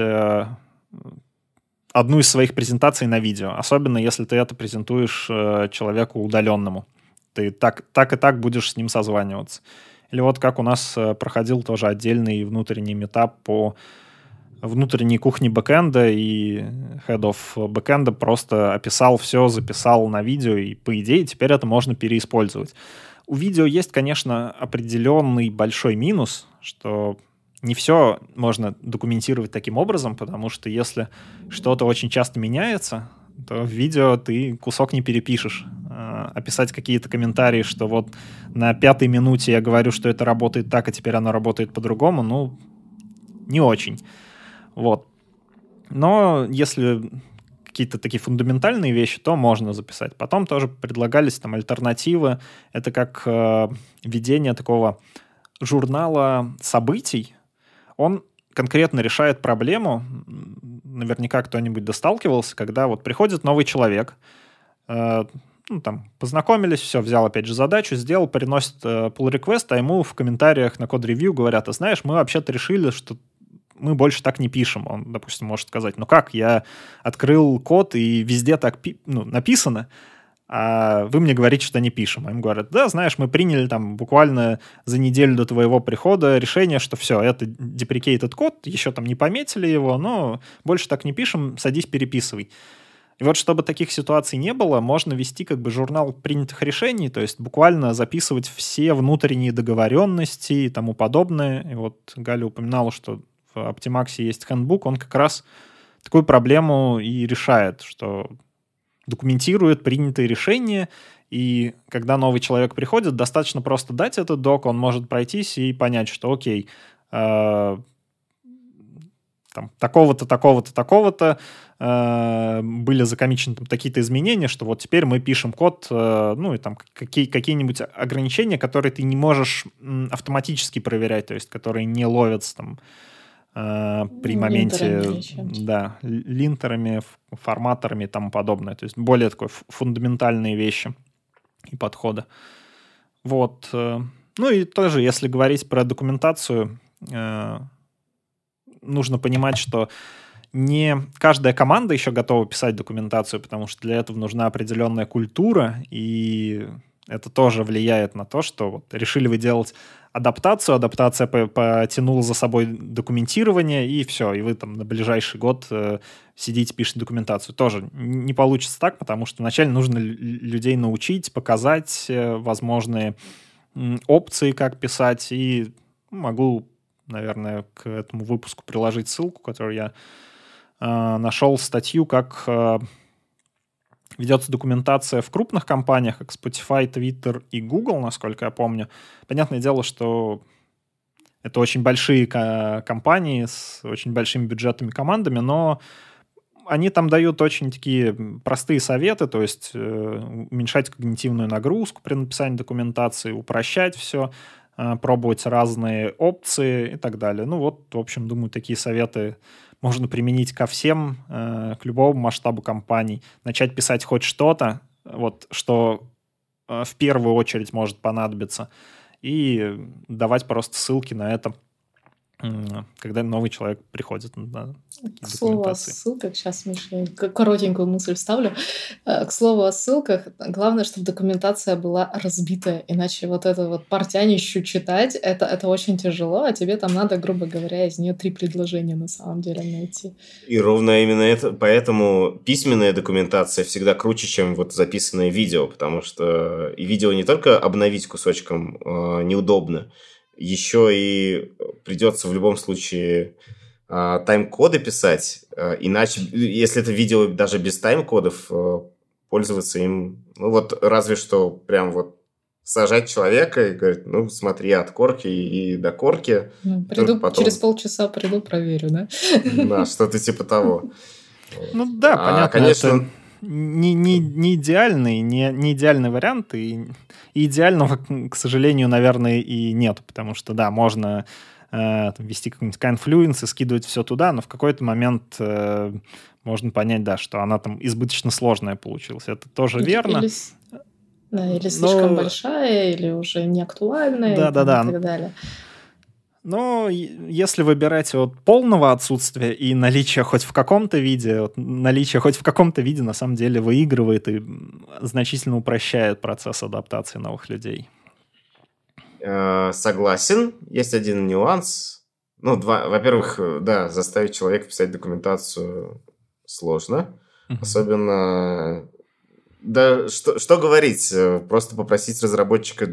одну из своих презентаций на видео, особенно если ты это презентуешь человеку удаленному. Ты так и так будешь с ним созваниваться. Или вот как у нас проходил тоже отдельный внутренний митап по внутренней кухне бэкэнда, и head of бэкэнда просто описал все, записал на видео, и по идее теперь это можно переиспользовать. У видео есть, конечно, определенный большой минус, что не все можно документировать таким образом, потому что если что-то очень часто меняется, то в видео ты кусок не перепишешь. Описать какие-то комментарии, что вот на 5-й минуте я говорю, что это работает так, а теперь оно работает по-другому, не очень. Вот. Но если какие-то такие фундаментальные вещи, то можно записать. Потом тоже предлагались там альтернативы. Это как ведение такого журнала событий. Он конкретно решает проблему, наверняка кто-нибудь досталкивался, когда вот приходит новый человек, там, познакомились, все, взял опять же задачу, сделал, переносит pull request, а ему в комментариях на код-ревью говорят: а знаешь, мы вообще-то решили, что мы больше так не пишем. Он, допустим, может сказать: ну как, я открыл код, и везде так написано, а вы мне говорите, что не пишем. А им говорят: да, знаешь, мы приняли там буквально за неделю до твоего прихода решение, что все, это deprecated код, еще там не пометили его, но больше так не пишем, садись, переписывай. И вот чтобы таких ситуаций не было, можно вести как бы журнал принятых решений, то есть буквально записывать все внутренние договоренности и тому подобное. И вот Галя упоминала, что в Optimax есть хэндбук, он как раз такую проблему и решает, что документирует принятые решения, и когда новый человек приходит, достаточно просто дать этот док, он может пройтись и понять, что окей, там, такого-то, такого-то, такого-то были закомичены там такие-то изменения, что вот теперь мы пишем код, и там какие-нибудь ограничения, которые ты не можешь автоматически проверять, то есть которые не ловятся там при моменте, да, линтерами, форматорами и тому подобное. То есть более такой фундаментальные вещи и подходы. Вот. Ну и тоже, если говорить про документацию, нужно понимать, что не каждая команда еще готова писать документацию, потому что для этого нужна определенная культура, и это тоже влияет на то, что вот решили вы делать адаптацию, адаптация потянула за собой документирование, и все, и вы там на ближайший год сидите, пишете документацию. Тоже не получится так, потому что вначале нужно людей научить, показать возможные опции, как писать, и могу, наверное, к этому выпуску приложить ссылку, которую я нашел статью, как ведется документация в крупных компаниях, как Spotify, Twitter и Google, насколько я помню. Понятное дело, что это очень большие компании с очень большими бюджетами, командами, но они там дают очень такие простые советы, то есть уменьшать когнитивную нагрузку при написании документации, упрощать все, пробовать разные опции и так далее. Ну вот, в общем, думаю, такие советы можно применить ко всем, к любому масштабу компаний. Начать писать хоть что-то, вот, что в первую очередь может понадобиться, и давать просто ссылки на это, когда новый человек приходит на такие К слову о ссылках, сейчас, Миша, коротенькую мысль вставлю. К слову о ссылках, главное, чтобы документация была разбитая, иначе вот это вот портянищу читать, это очень тяжело, а тебе там надо, грубо говоря, из нее 3 предложения на самом деле найти. И ровно именно это, поэтому письменная документация всегда круче, чем вот записанное видео, потому что и видео не только обновить кусочком неудобно, еще и придется в любом случае тайм-коды писать, иначе, если это видео даже без тайм-кодов, пользоваться им, ну вот разве что прям вот сажать человека и говорить, ну смотри от корки и до корки. Приду, потом... через полчаса приду, проверю, да? Да, что-то типа того. Ну да, понятно, конечно... это не идеальный, не идеальный вариант, и идеального, к сожалению, наверное, и нет, потому что, да, можно ввести какой-нибудь Confluence и скидывать все туда, но в какой-то момент можно понять, да, что она там избыточно сложная получилась. Это тоже верно. Или слишком большая, или уже не актуальная, и так далее. Но если выбирать от полного отсутствия и наличия хоть в каком-то виде, на самом деле выигрывает и значительно упрощает процесс адаптации новых людей. Согласен. Есть один нюанс. Ну, во-первых, да, заставить человека писать документацию сложно. Особенно... Да, что говорить? Просто попросить разработчика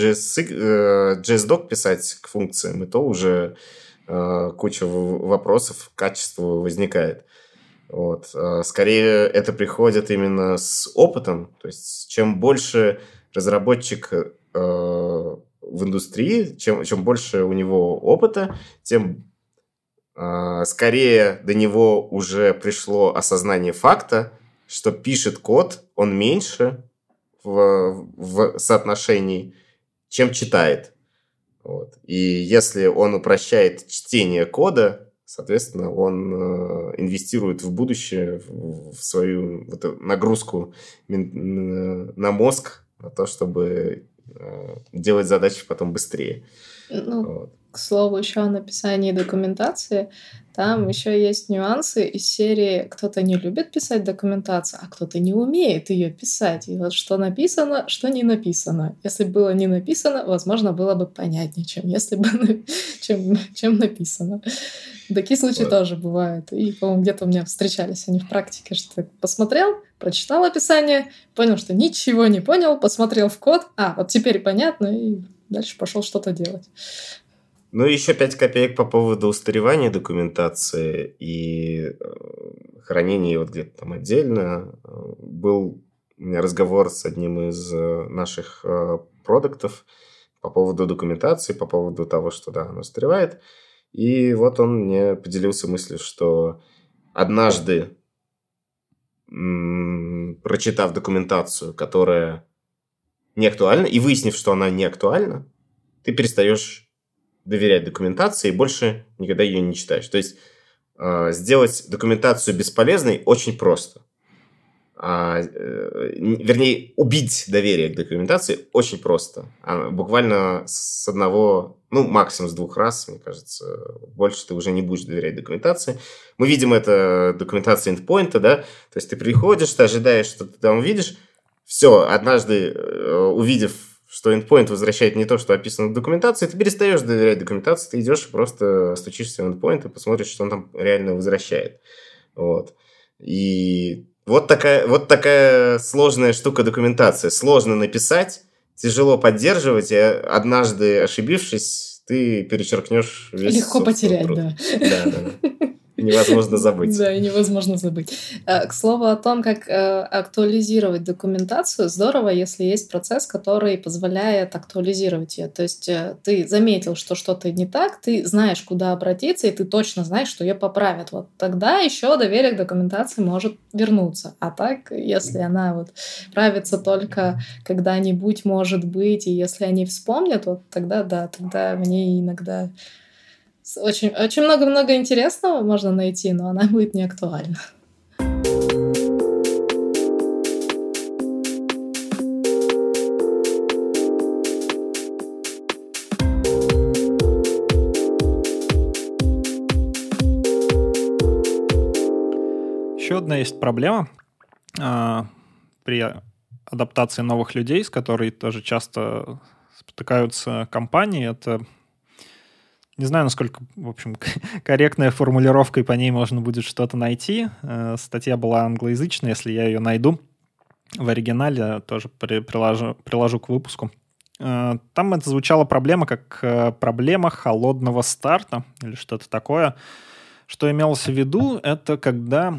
JSDoc писать к функциям, и то уже куча вопросов к качеству возникает. Вот. Скорее, это приходит именно с опытом. То есть, чем больше разработчик в индустрии, чем больше у него опыта, тем скорее до него уже пришло осознание факта, что пишет код, он меньше в соотношении, чем читает. Вот. И если он упрощает чтение кода, соответственно, он инвестирует в будущее, в свою нагрузку на мозг, на то, чтобы делать задачи потом быстрее. Вот. К слову, еще о написании документации, там еще есть нюансы из серии «Кто-то не любит писать документацию, а кто-то не умеет ее писать». И вот что написано, что не написано. Если было не написано, возможно, было бы понятнее, чем если бы чем написано. Такие случаи тоже бывают. И, по-моему, где-то у меня встречались они в практике, что ты посмотрел, прочитал описание, понял, что ничего не понял, посмотрел в код, вот теперь понятно, и дальше пошел что-то делать. Ну, еще 5 копеек по поводу устаревания документации и хранения вот где-то там отдельно. Был у меня разговор с одним из наших продуктов по поводу документации, по поводу того, что, да, она устаревает. И вот он мне поделился мыслью, что однажды, прочитав документацию, которая не актуальна, и выяснив, что она не актуальна, ты перестаешь доверять документации и больше никогда ее не читаешь. То есть сделать документацию бесполезной очень просто. Вернее, убить доверие к документации очень просто. Буквально с одного, максимум с 2 раз, мне кажется, больше ты уже не будешь доверять документации. Мы видим это документация эндпоинта, да, то есть ты приходишь, ты ожидаешь, что ты там увидишь, все, однажды увидев, что endpoint возвращает не то, что описано в документации, ты перестаешь доверять документации, ты идешь и просто стучишься в endpoint и посмотришь, что он там реально возвращает. Вот. И вот такая сложная штука документация. Сложно написать, тяжело поддерживать, и однажды ошибившись, ты перечеркнешь весь легко потерять, труд. Да. Да. Невозможно забыть. Да, и невозможно забыть. К слову о том, как актуализировать документацию, здорово, если есть процесс, который позволяет актуализировать ее. То есть ты заметил, что что-то не так, ты знаешь, куда обратиться, и ты точно знаешь, что ее поправят. Вот тогда еще доверие к документации может вернуться. А так, если она правится только когда-нибудь, может быть, и если они вспомнят, вот тогда да, тогда мне иногда... Очень, очень много интересного можно найти, но она будет не актуальна. Еще одна есть проблема при адаптации новых людей, с которой тоже часто спотыкаются компании. Это... Не знаю, насколько, в общем, корректная формулировка, и по ней можно будет что-то найти. Статья была англоязычная, если я ее найду в оригинале, тоже приложу к выпуску. Там это звучала проблема как проблема холодного старта или что-то такое. что имелось в виду, это когда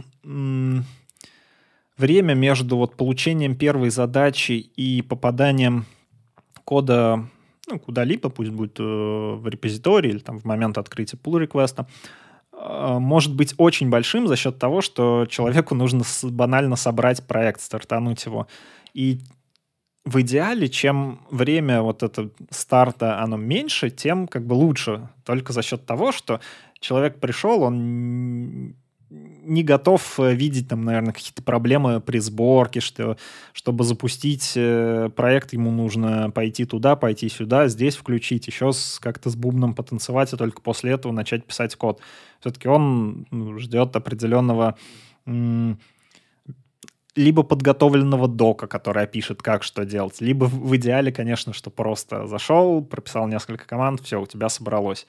время между вот получением первой задачи и попаданием кода куда-либо, пусть будет в репозитории или там в момент открытия pull-реквеста, может быть очень большим за счет того, что человеку нужно банально собрать проект, стартануть его. И в идеале, чем время вот это старта, оно меньше, тем как бы лучше. Только за счет того, что человек пришел, он не готов видеть там, наверное, какие-то проблемы при сборке, что чтобы запустить проект, ему нужно пойти туда, пойти сюда, здесь включить, еще как-то с бубном потанцевать, и только после этого начать писать код. Все-таки он ждет определенного либо подготовленного дока, который опишет, как что делать, либо в идеале, конечно, что просто зашел, прописал несколько команд, все, у тебя собралось.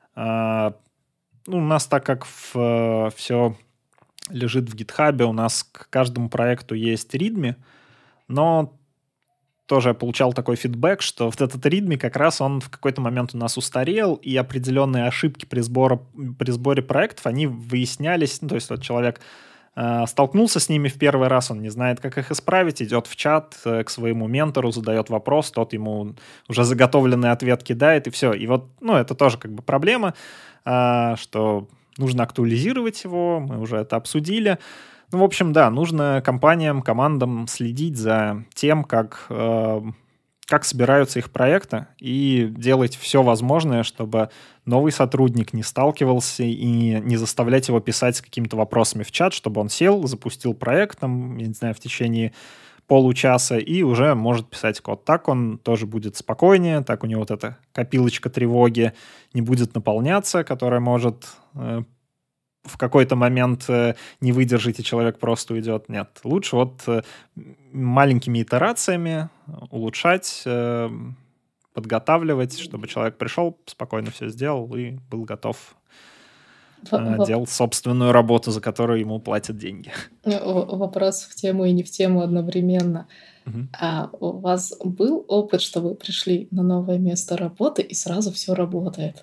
У нас, так как все лежит в GitHub, у нас к каждому проекту есть README, но тоже я получал такой фидбэк, что вот этот README как раз он в какой-то момент у нас устарел, и определенные ошибки при сборе проектов, они выяснялись, то есть вот человек столкнулся с ними в первый раз, он не знает, как их исправить, идет в чат к своему ментору, задает вопрос, тот ему уже заготовленный ответ кидает, и все. И вот, это тоже как бы проблема, что нужно актуализировать его, мы уже это обсудили. В общем, да, нужно компаниям, командам следить за тем, как собираются их проекты, и делать все возможное, чтобы новый сотрудник не сталкивался и не заставлять его писать с какими-то вопросами в чат, чтобы он сел, запустил проект, там, я не знаю, в течение получаса и уже может писать код. Так он тоже будет спокойнее, так у него вот эта копилочка тревоги не будет наполняться, которая может в какой-то момент не выдержать, и человек просто уйдет. Нет, лучше вот маленькими итерациями улучшать, подготавливать, чтобы человек пришел, спокойно все сделал и был готов делать собственную работу, за которую ему платят деньги. Вопрос в тему и не в тему одновременно. А у вас был опыт, что вы пришли на новое место работы и сразу все работает?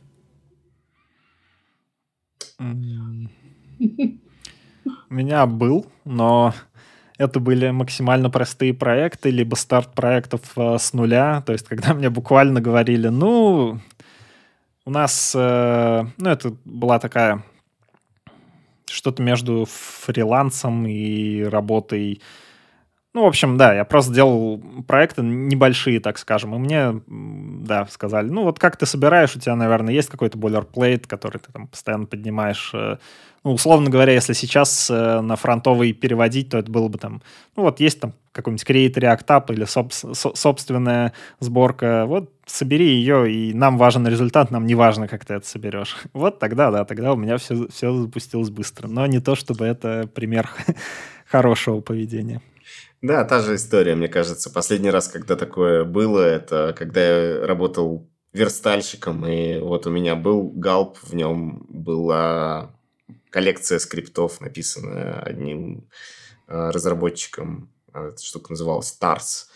У меня был, но это были максимально простые проекты, либо старт проектов с нуля. То есть, когда мне буквально говорили, у нас, это была такая что-то между фрилансом и работой. В общем, да, я просто делал проекты небольшие, так скажем, и мне, да, сказали, вот как ты собираешь, у тебя, наверное, есть какой-то boilerplate, который ты там постоянно поднимаешь. Условно говоря, если сейчас на фронтовый переводить, то это было бы там, есть там какой-нибудь Create React App или собственная сборка, собери ее, и нам важен результат, нам не важно, как ты это соберешь. Тогда у меня все запустилось быстро, но не то, чтобы это пример хорошего поведения. Да, та же история, мне кажется. Последний раз, когда такое было, это когда я работал верстальщиком, и у меня был галп, в нем была коллекция скриптов, написанная одним разработчиком. Эта штука называлась Stars.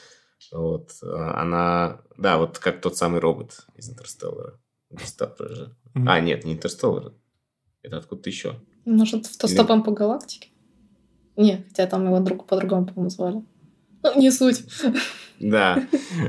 Она, да, как тот самый робот из Интерстеллара. Интерстеллара же. Нет, не Интерстеллара. Это откуда-то еще. Может, «Автостопом по галактике»? Нет, хотя там его по-другому, по-моему, звали. Не суть. Да,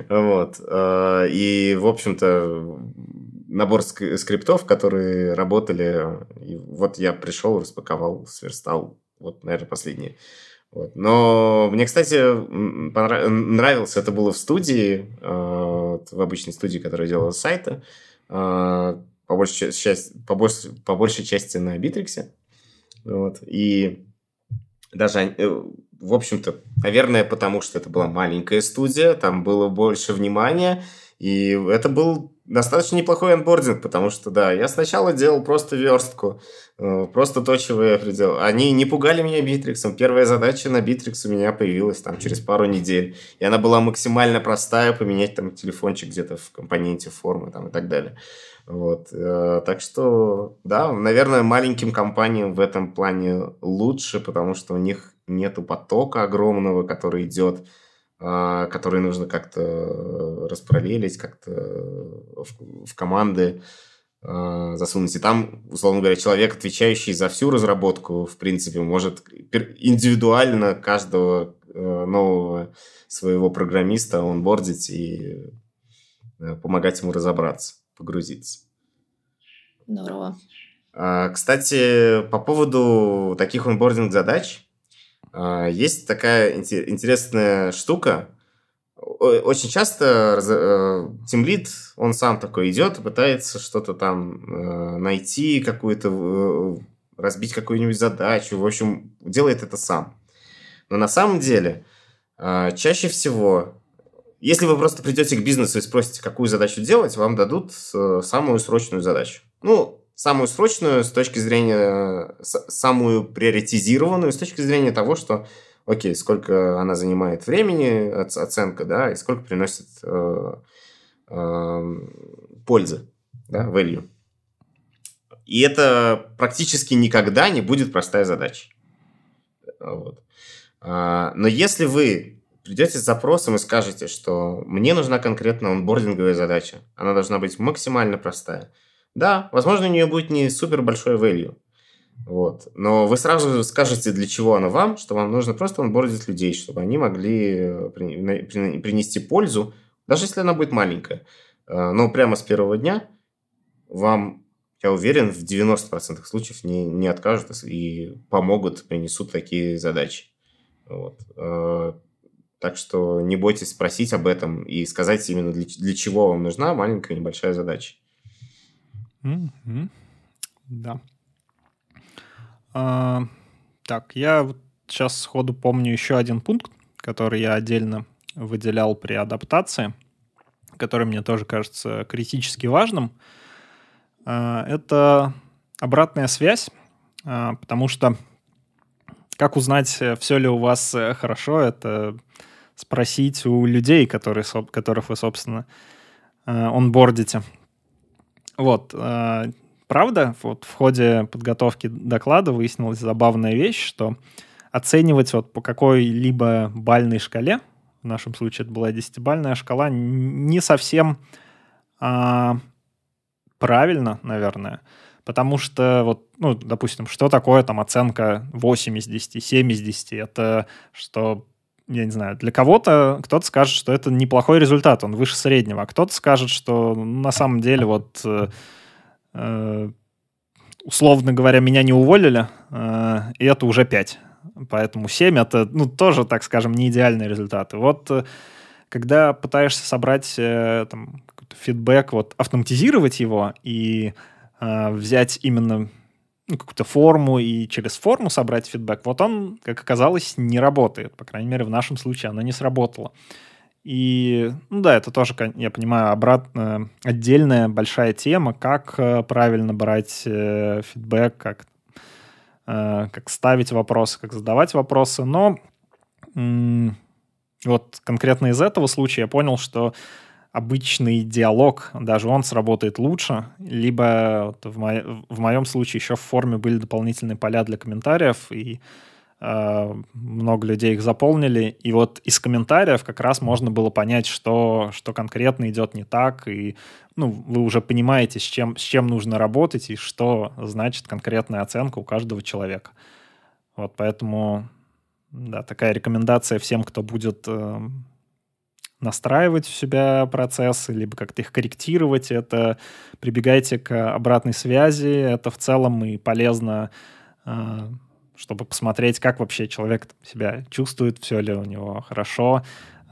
И, в общем-то, набор скриптов, которые работали. И я пришел, распаковал, сверстал. Наверное, последние. Но мне, кстати, нравилось. Это было в студии, в обычной студии, которая делала сайты. По большей части на Битриксе. И даже, в общем-то, наверное, потому что это была маленькая студия, там было больше внимания, и это был достаточно неплохой онбординг, потому что, да, я сначала делал просто верстку, просто то, чего я приделал. Они не пугали меня Битриксом. Первая задача на Битрикс у меня появилась там через пару недель, и она была максимально простая, поменять там телефончик где-то в компоненте формы там и так далее. Так что, да, наверное, маленьким компаниям в этом плане лучше, потому что у них нету потока огромного, который идет, который нужно как-то распараллелить, как-то в команды засунуть. И там, условно говоря, человек, отвечающий за всю разработку, в принципе, может индивидуально каждого нового своего программиста онбордить и помогать ему разобраться, погрузиться. Здорово. Кстати, по поводу таких онбординг-задач, есть такая интересная штука. Очень часто тимлид, он сам такой идет и пытается что-то там найти, разбить какую-нибудь задачу. В общем, делает это сам. Но на самом деле, чаще всего, если вы просто придете к бизнесу и спросите, какую задачу делать, вам дадут самую срочную задачу. Самую срочную с точки зрения, самую приоритизированную с точки зрения того, что окей, сколько она занимает времени, оценка, да, и сколько приносит пользы, да, value. И это практически никогда не будет простая задача. Вот. Но если вы придете с запросом и скажете, что мне нужна конкретно онбординговая задача, она должна быть максимально простая, да, возможно, у нее будет не супер большой value, вот. Но вы сразу скажете, для чего она вам, что вам нужно просто онбордить людей, чтобы они могли принести пользу, даже если она будет маленькая. Но прямо с первого дня вам, я уверен, в 90% случаев не откажут и помогут, принесут такие задачи. Вот. Так что не бойтесь спросить об этом и сказать именно, для чего вам нужна маленькая небольшая задача. Да. Так, я вот сейчас сходу помню еще один пункт, который я отдельно выделял при адаптации, который мне тоже кажется критически важным. Это обратная связь, потому что как узнать, все ли у вас хорошо, это спросить у людей, которых вы, собственно, онбордите. Вот. Правда, вот в ходе подготовки доклада выяснилась забавная вещь, что оценивать вот по какой-либо бальной шкале, в нашем случае это была 10-бальная шкала, не совсем правильно, наверное, потому что, вот, ну, допустим, что такое там оценка 8 из 10, 7 из 10? Это что, я не знаю, для кого-то, кто-то скажет, что это неплохой результат, он выше среднего, а кто-то скажет, что на самом деле вот... условно говоря, меня не уволили, и это уже 5. Поэтому 7 — это, ну, тоже, так скажем, не идеальные результаты. Вот когда пытаешься собрать там, фидбэк, вот, автоматизировать его и взять именно какую-то форму и через форму собрать фидбэк, вот он, как оказалось, не работает. По крайней мере, в нашем случае оно не сработало. И, ну да, это тоже, я понимаю, отдельная большая тема, как правильно брать фидбэк, как ставить вопросы, как задавать вопросы. Но вот конкретно из этого случая я понял, что обычный диалог, даже он сработает лучше, либо вот в моем случае еще в форме были дополнительные поля для комментариев, и много людей их заполнили, и вот из комментариев как раз можно было понять, что конкретно идет не так, и ну, вы уже понимаете, с чем нужно работать, и что значит конкретная оценка у каждого человека. Вот поэтому, да, такая рекомендация всем, кто будет настраивать у себя процессы, либо как-то их корректировать, это прибегайте к обратной связи, это в целом и полезно, чтобы посмотреть, как вообще человек себя чувствует, все ли у него хорошо,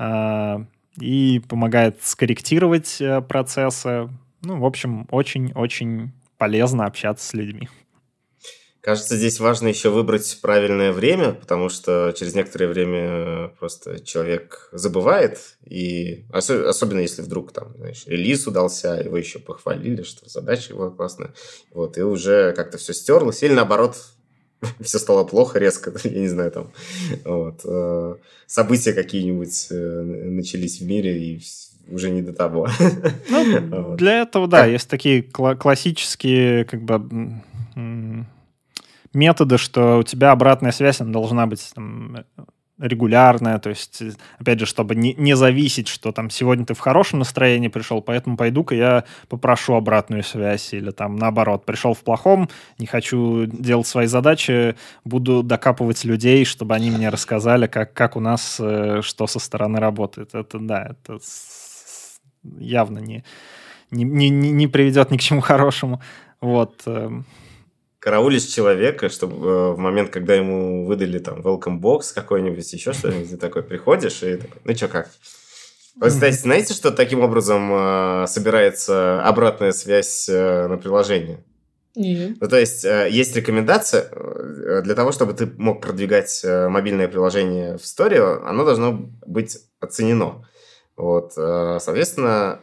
и помогает скорректировать процессы. Ну, в общем, очень-очень полезно общаться с людьми. Кажется, здесь важно еще выбрать правильное время, потому что через некоторое время просто человек забывает, и особенно если вдруг там, знаешь, релиз удался, и вы еще похвалили, что задача была классная, вот, и уже как-то все стерлось, или наоборот, все стало плохо резко, я не знаю, там, вот, события какие-нибудь начались в мире, и уже не до того. Ну, вот. Для этого, да, есть такие классические, как бы, методы, что у тебя обратная связь, она должна быть там, регулярное, то есть, опять же, чтобы не зависеть, что там сегодня ты в хорошем настроении пришел, поэтому пойду-ка я попрошу обратную связь, или там наоборот, пришел в плохом, не хочу делать свои задачи, буду докапывать людей, чтобы они мне рассказали, как у нас что со стороны работает. Это, да, это явно не приведет ни к чему хорошему. Вот. Караулишь человека, чтобы в момент, когда ему выдали там welcome box какой-нибудь, еще что-нибудь, ты такой приходишь и такой, ну что, как? Вы, кстати, знаете, что таким образом собирается обратная связь на приложение? Нет. Ну, то есть, есть рекомендация для того, чтобы ты мог продвигать мобильное приложение в Store, оно должно быть оценено. Вот, соответственно,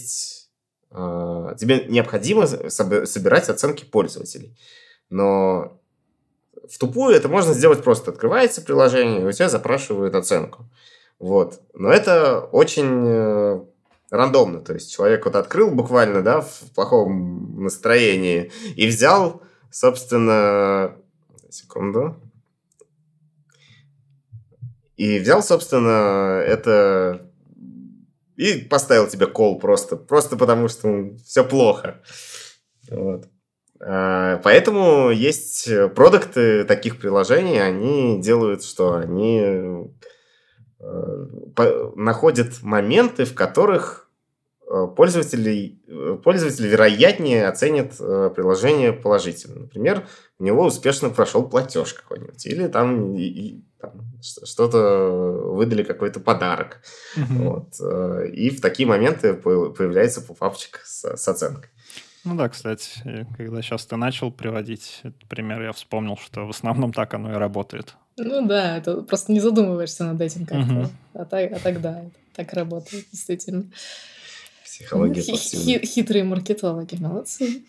тебе необходимо собирать оценки пользователей. Но в тупую это можно сделать просто. Открывается приложение, и у тебя запрашивают оценку. Вот. Но это очень рандомно. То есть человек вот открыл буквально, да, в плохом настроении и взял, собственно... Секунду. И взял, собственно, это... И поставил тебе кол просто потому, что все плохо. Вот. Поэтому есть продукты таких приложений, они делают, что они находят моменты, в которых пользователи вероятнее оценят приложение положительно. Например, у него успешно прошел платеж какой-нибудь, или там что-то выдали, какой-то подарок. Вот. И в такие моменты появляется попапчик с оценкой. Ну да, кстати, когда сейчас ты начал приводить этот пример, я вспомнил, что в основном так оно и работает. Ну да, это просто не задумываешься над этим как-то. А так да, так работает, действительно. Психология хитрые маркетологи, молодцы.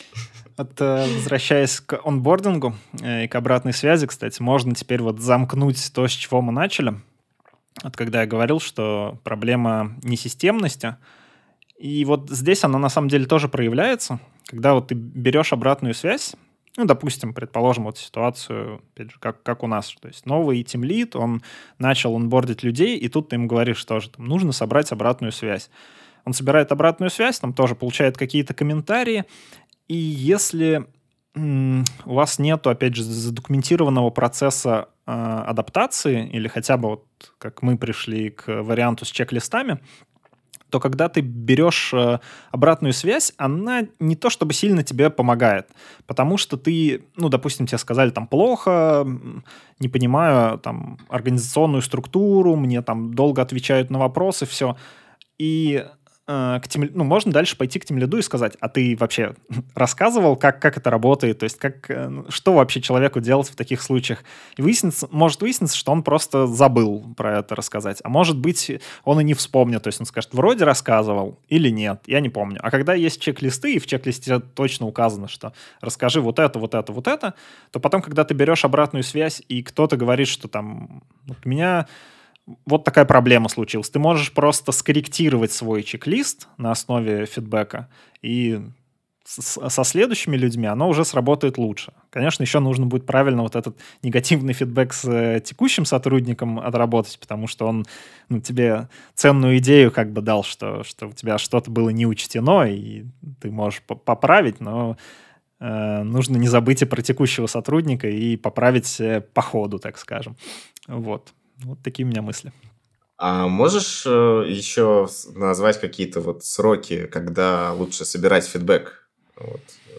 Возвращаясь к онбордингу и к обратной связи, кстати, можно теперь вот замкнуть то, с чего мы начали. Вот когда я говорил, что проблема несистемности, и вот здесь она на самом деле тоже проявляется, когда вот ты берешь обратную связь, ну, допустим, предположим, вот ситуацию, опять же, как у нас, то есть новый тимлид, он начал онбордить людей, и тут ты ему говоришь тоже, там, нужно собрать обратную связь. Он собирает обратную связь, там тоже получает какие-то комментарии, и если у вас нету, опять же, задокументированного процесса адаптации, или хотя бы вот как мы пришли к варианту с чек-листами, то когда ты берешь обратную связь, она не то чтобы сильно тебе помогает, потому что ты, ну, допустим, тебе сказали там плохо, не понимаю там организационную структуру, мне там долго отвечают на вопросы, все, и можно дальше пойти к тимлиду и сказать, а ты вообще рассказывал, как это работает, то есть что вообще человеку делать в таких случаях? И может выясниться, что он просто забыл про это рассказать, а может быть, он и не вспомнит, то есть он скажет, вроде рассказывал или нет, я не помню. А когда есть чек-листы, и в чек-листе точно указано, что расскажи вот это, то потом, когда ты берешь обратную связь, и кто-то говорит, что там у меня... Вот такая проблема случилась. Ты можешь просто скорректировать свой чек-лист на основе фидбэка, и со следующими людьми оно уже сработает лучше. Конечно, еще нужно будет правильно вот этот негативный фидбэк с текущим сотрудником отработать, потому что он тебе ценную идею как бы дал, что у тебя что-то было не учтено, и ты можешь поправить, но нужно не забыть и про текущего сотрудника и поправить по ходу, так скажем. Вот. Вот такие у меня мысли. А можешь еще назвать какие-то вот сроки, когда лучше собирать фидбэк? Вот.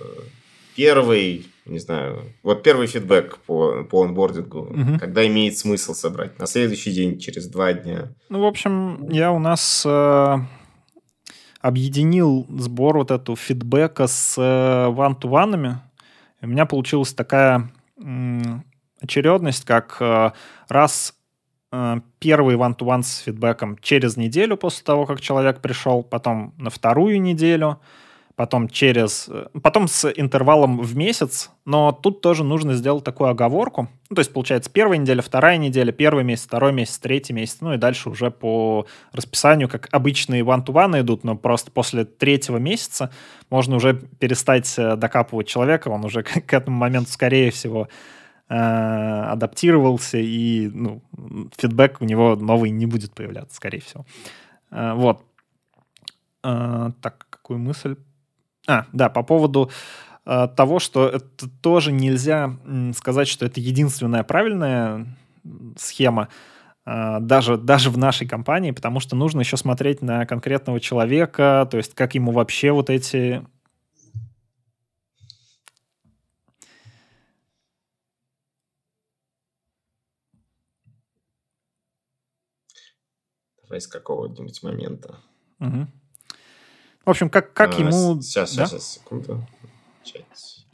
Первый, не знаю, вот первый фидбэк по онбордингу, когда имеет смысл собрать? На следующий день, через 2 дня? Ну, в общем, я у нас объединил сбор вот этого фидбэка с one-to-one. У меня получилась такая очередность, как раз первый one-to-one с фидбэком через неделю после того, как человек пришел, потом на вторую неделю, потом с интервалом в месяц, но тут тоже нужно сделать такую оговорку. Ну, то есть, получается, первая неделя, вторая неделя, первый месяц, второй месяц, третий месяц, ну и дальше уже по расписанию, как обычные one-to-one идут, но просто после 3-го месяца можно уже перестать докапывать человека, он уже к этому моменту, скорее всего, адаптировался, и фидбэк у него новый не будет появляться, скорее всего. Вот. Так, какую мысль? Да, по поводу того, что это тоже нельзя сказать, что это единственная правильная схема, даже в нашей компании, потому что нужно еще смотреть на конкретного человека, то есть как ему вообще вот эти... Давай с какого-нибудь момента. Угу. В общем, как ему... Сейчас, секунду. Начать.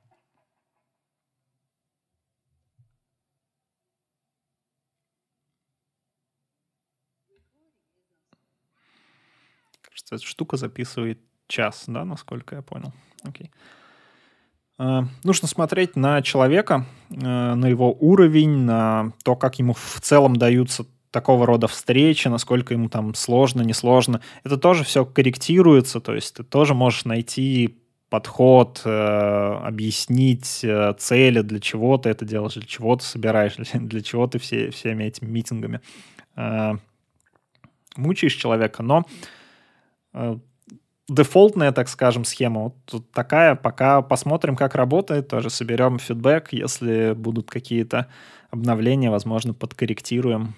Кажется, эта штука записывает час, да, насколько я понял. Окей. Нужно смотреть на человека, на его уровень, на то, как ему в целом даются такого рода встречи, насколько ему там сложно, несложно. Это тоже все корректируется, то есть ты тоже можешь найти подход, объяснить цели, для чего ты это делаешь, для чего ты собираешь, для чего ты всеми этими митингами мучаешь человека, но дефолтная, так скажем, схема вот тут такая, пока посмотрим, как работает, тоже соберем фидбэк, если будут какие-то обновления, возможно, подкорректируем.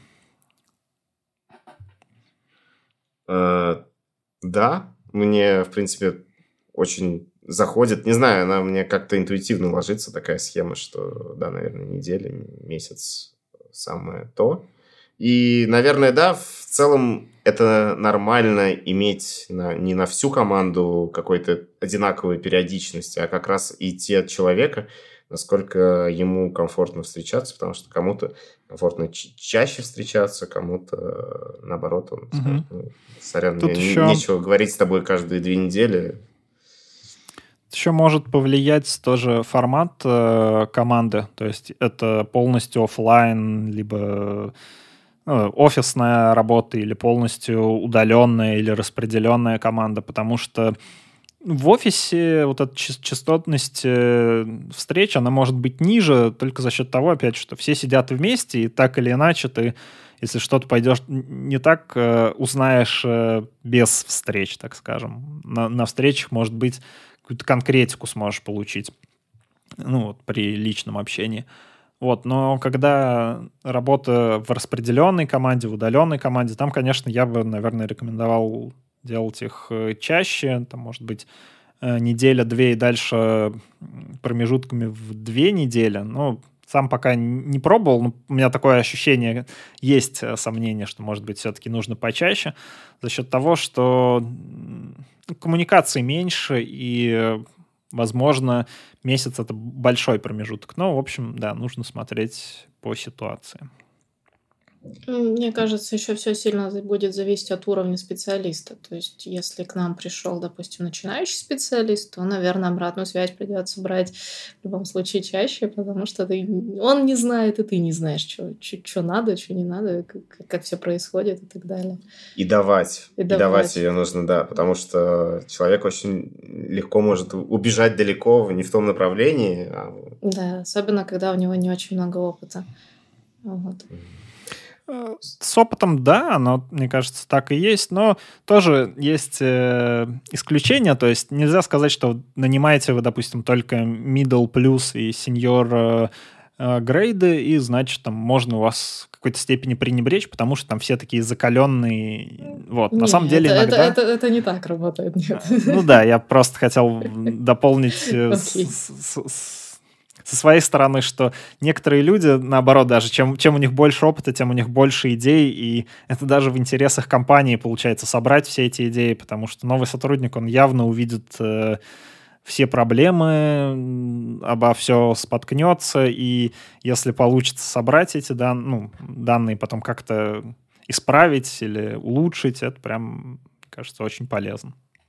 Да, мне, в принципе, очень заходит. Не знаю, она мне как-то интуитивно ложится, такая схема, что, да, наверное, неделя, месяц самое то. И, наверное, да, в целом это нормально иметь не на всю команду какой-то одинаковой периодичности, а как раз идти от человека, насколько ему комфортно встречаться, потому что кому-то комфортно чаще встречаться, кому-то, наоборот, он скажет, сорян, тут мне еще... нечего говорить с тобой каждые 2 недели. Еще может повлиять тоже формат команды, то есть это полностью офлайн, либо офисная работа, или полностью удаленная или распределенная команда, потому что в офисе вот эта частотность встреч, она может быть ниже только за счет того, опять, что все сидят вместе, и так или иначе ты, если что-то пойдешь не так, узнаешь без встреч, так скажем. На встречах, может быть, какую-то конкретику сможешь получить, при личном общении. Но когда работа в распределенной команде, в удаленной команде, там, конечно, я бы, наверное, рекомендовал делать их чаще, там, может быть, неделя-две и дальше промежутками в 2 недели. Сам пока не пробовал, но у меня такое ощущение, есть сомнение, что, может быть, все-таки нужно почаще, за счет того, что коммуникации меньше, и, возможно, месяц — это большой промежуток. В общем, да, нужно смотреть по ситуации. Мне кажется, еще все сильно будет зависеть от уровня специалиста. То есть, если к нам пришел, допустим, начинающий специалист, то, наверное, обратную связь придется брать в любом случае чаще, потому что он не знает, и ты не знаешь, что надо, что не надо, как все происходит и так далее. И давать ее нужно, да, потому что человек очень легко может убежать далеко, не в том направлении. Да, особенно, когда у него не очень много опыта. Вот. С опытом, да, оно, мне кажется, так и есть, но тоже есть исключения, то есть нельзя сказать, что нанимаете вы, допустим, только middle plus и senior грейды, и, значит, там можно у вас в какой-то степени пренебречь, потому что там все такие закаленные. На самом деле иногда... Это не так работает, нет. Да, я просто хотел дополнить со своей стороны, что некоторые люди, наоборот, даже чем у них больше опыта, тем у них больше идей, и это даже в интересах компании получается собрать все эти идеи, потому что новый сотрудник, он явно увидит все проблемы, обо все споткнется, и если получится собрать эти данные, потом как-то исправить или улучшить, это прям, кажется, очень полезно.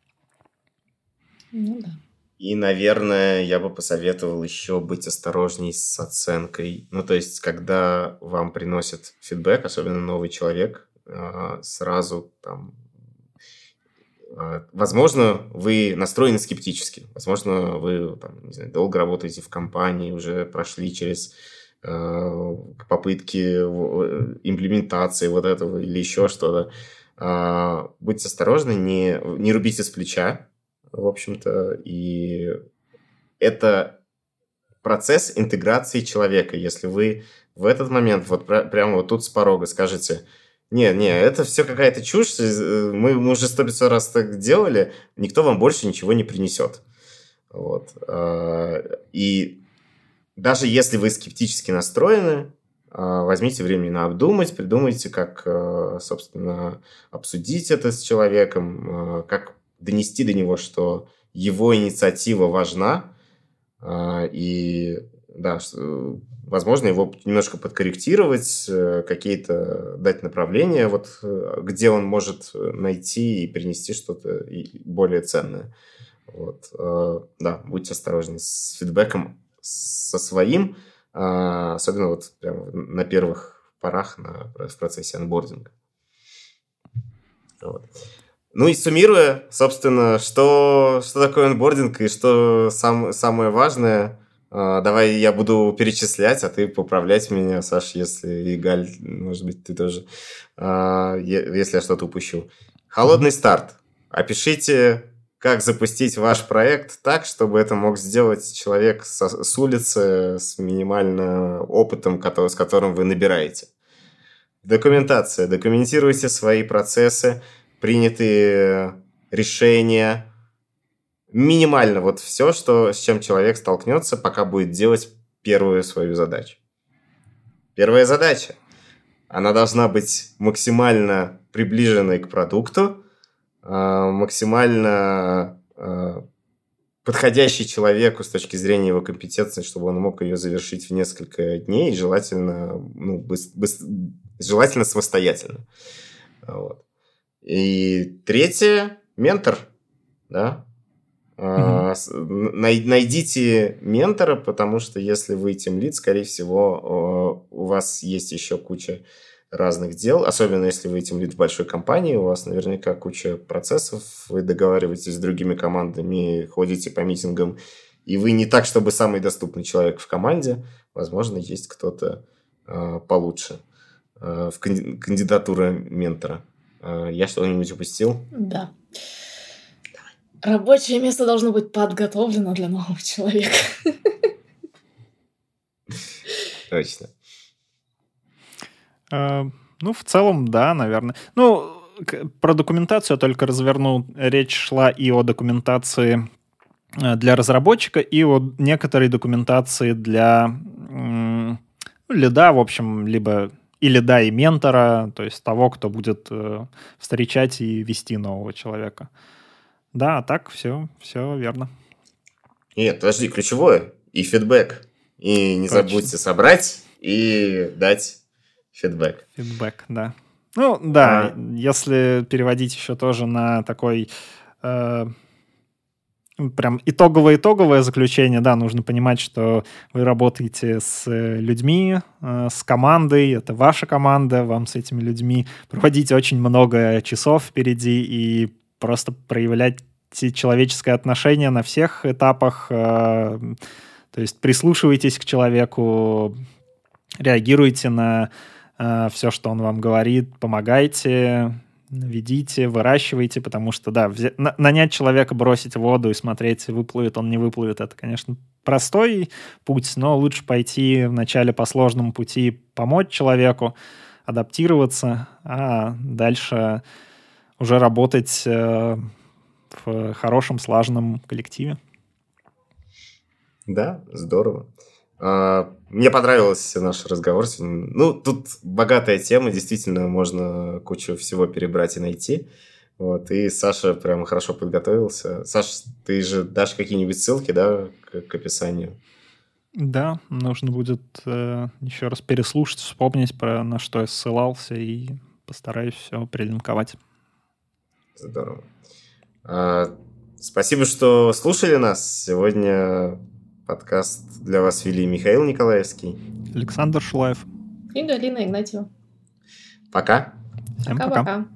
Да. И, наверное, я бы посоветовал еще быть осторожней с оценкой. То есть, когда вам приносят фидбэк, особенно новый человек, сразу там... Возможно, вы настроены скептически. Возможно, вы долго работаете в компании, уже прошли через попытки имплементации вот этого или еще что-то. Будьте осторожны, не рубите с плеча, в общем-то, и это процесс интеграции человека. Если вы в этот момент вот прямо вот тут с порога скажете: не, это все какая-то чушь, мы уже 100-500 раз так делали, никто вам больше ничего не принесет. Вот. И даже если вы скептически настроены, возьмите времени обдумать, придумайте, как, собственно, обсудить это с человеком, как донести до него, что его инициатива важна, и, да, возможно, его немножко подкорректировать, какие-то дать направления, вот, где он может найти и принести что-то более ценное. Вот. Да, будьте осторожны с фидбэком со своим, особенно вот прямо на первых порах в процессе анбординга. Вот. Ну и суммируя, собственно, что такое анбординг и что самое важное, давай я буду перечислять, а ты поправлять меня, Саш, если и Галь, может быть, ты тоже, если я что-то упущу. Холодный старт. Опишите, как запустить ваш проект так, чтобы это мог сделать человек с улицы с минимальным опытом, с которым вы набираете. Документация. Документируйте свои процессы, принятые решения. Минимально вот все, с чем человек столкнется, пока будет делать первую свою задачу. Первая задача. Она должна быть максимально приближенной к продукту, максимально подходящий человеку с точки зрения его компетенции, чтобы он мог ее завершить в несколько дней, и желательно, желательно самостоятельно. Вот. И третье – ментор. Да? Найдите ментора, потому что если вы тимлид, скорее всего, у вас есть еще куча разных дел, особенно если вы тимлид в большой компании, у вас наверняка куча процессов, вы договариваетесь с другими командами, ходите по митингам, и вы не так, чтобы самый доступный человек в команде, возможно, есть кто-то получше в кандидатура ментора. Я что-нибудь упустил? Да. Рабочее место должно быть подготовлено для нового человека. Точно. Ну, в целом, да, наверное. Ну, про документацию я только развернул. Речь шла и о документации для разработчика, и о некоторой документации для лида, в общем, либо и лида, и ментора, то есть того, кто будет встречать и вести нового человека. Да, так все верно. Нет, подожди, ключевое и фидбэк. И не забудьте собрать и дать фидбэк. Фидбэк, да. Ну, да, если переводить еще тоже на такой прям итоговое заключение, да, нужно понимать, что вы работаете с людьми, с командой, это ваша команда, вам с этими людьми проводить очень много часов впереди и просто проявлять человеческое отношение на всех этапах, то есть прислушивайтесь к человеку, реагируйте на все, что он вам говорит, помогайте, ведите, выращивайте, потому что, да, нанять человека, бросить в воду и смотреть, выплывет он, не выплывет, это, конечно, простой путь, но лучше пойти вначале по сложному пути, помочь человеку, адаптироваться, а дальше уже работать в хорошем, слаженном коллективе. Да, здорово. Мне понравился наш разговор сегодня. Ну, тут богатая тема, действительно, можно кучу всего перебрать и найти. Вот, и Саша прям хорошо подготовился. Саш, ты же дашь какие-нибудь ссылки, да, к описанию? Да, нужно будет еще раз переслушать, вспомнить, на что я ссылался, и постараюсь все прилинковать. Здорово. Спасибо, что слушали нас. Сегодня подкаст для вас вели Михаил Николаевский, Александр Шулаев и Галина Игнатьева. Пока. Всем пока.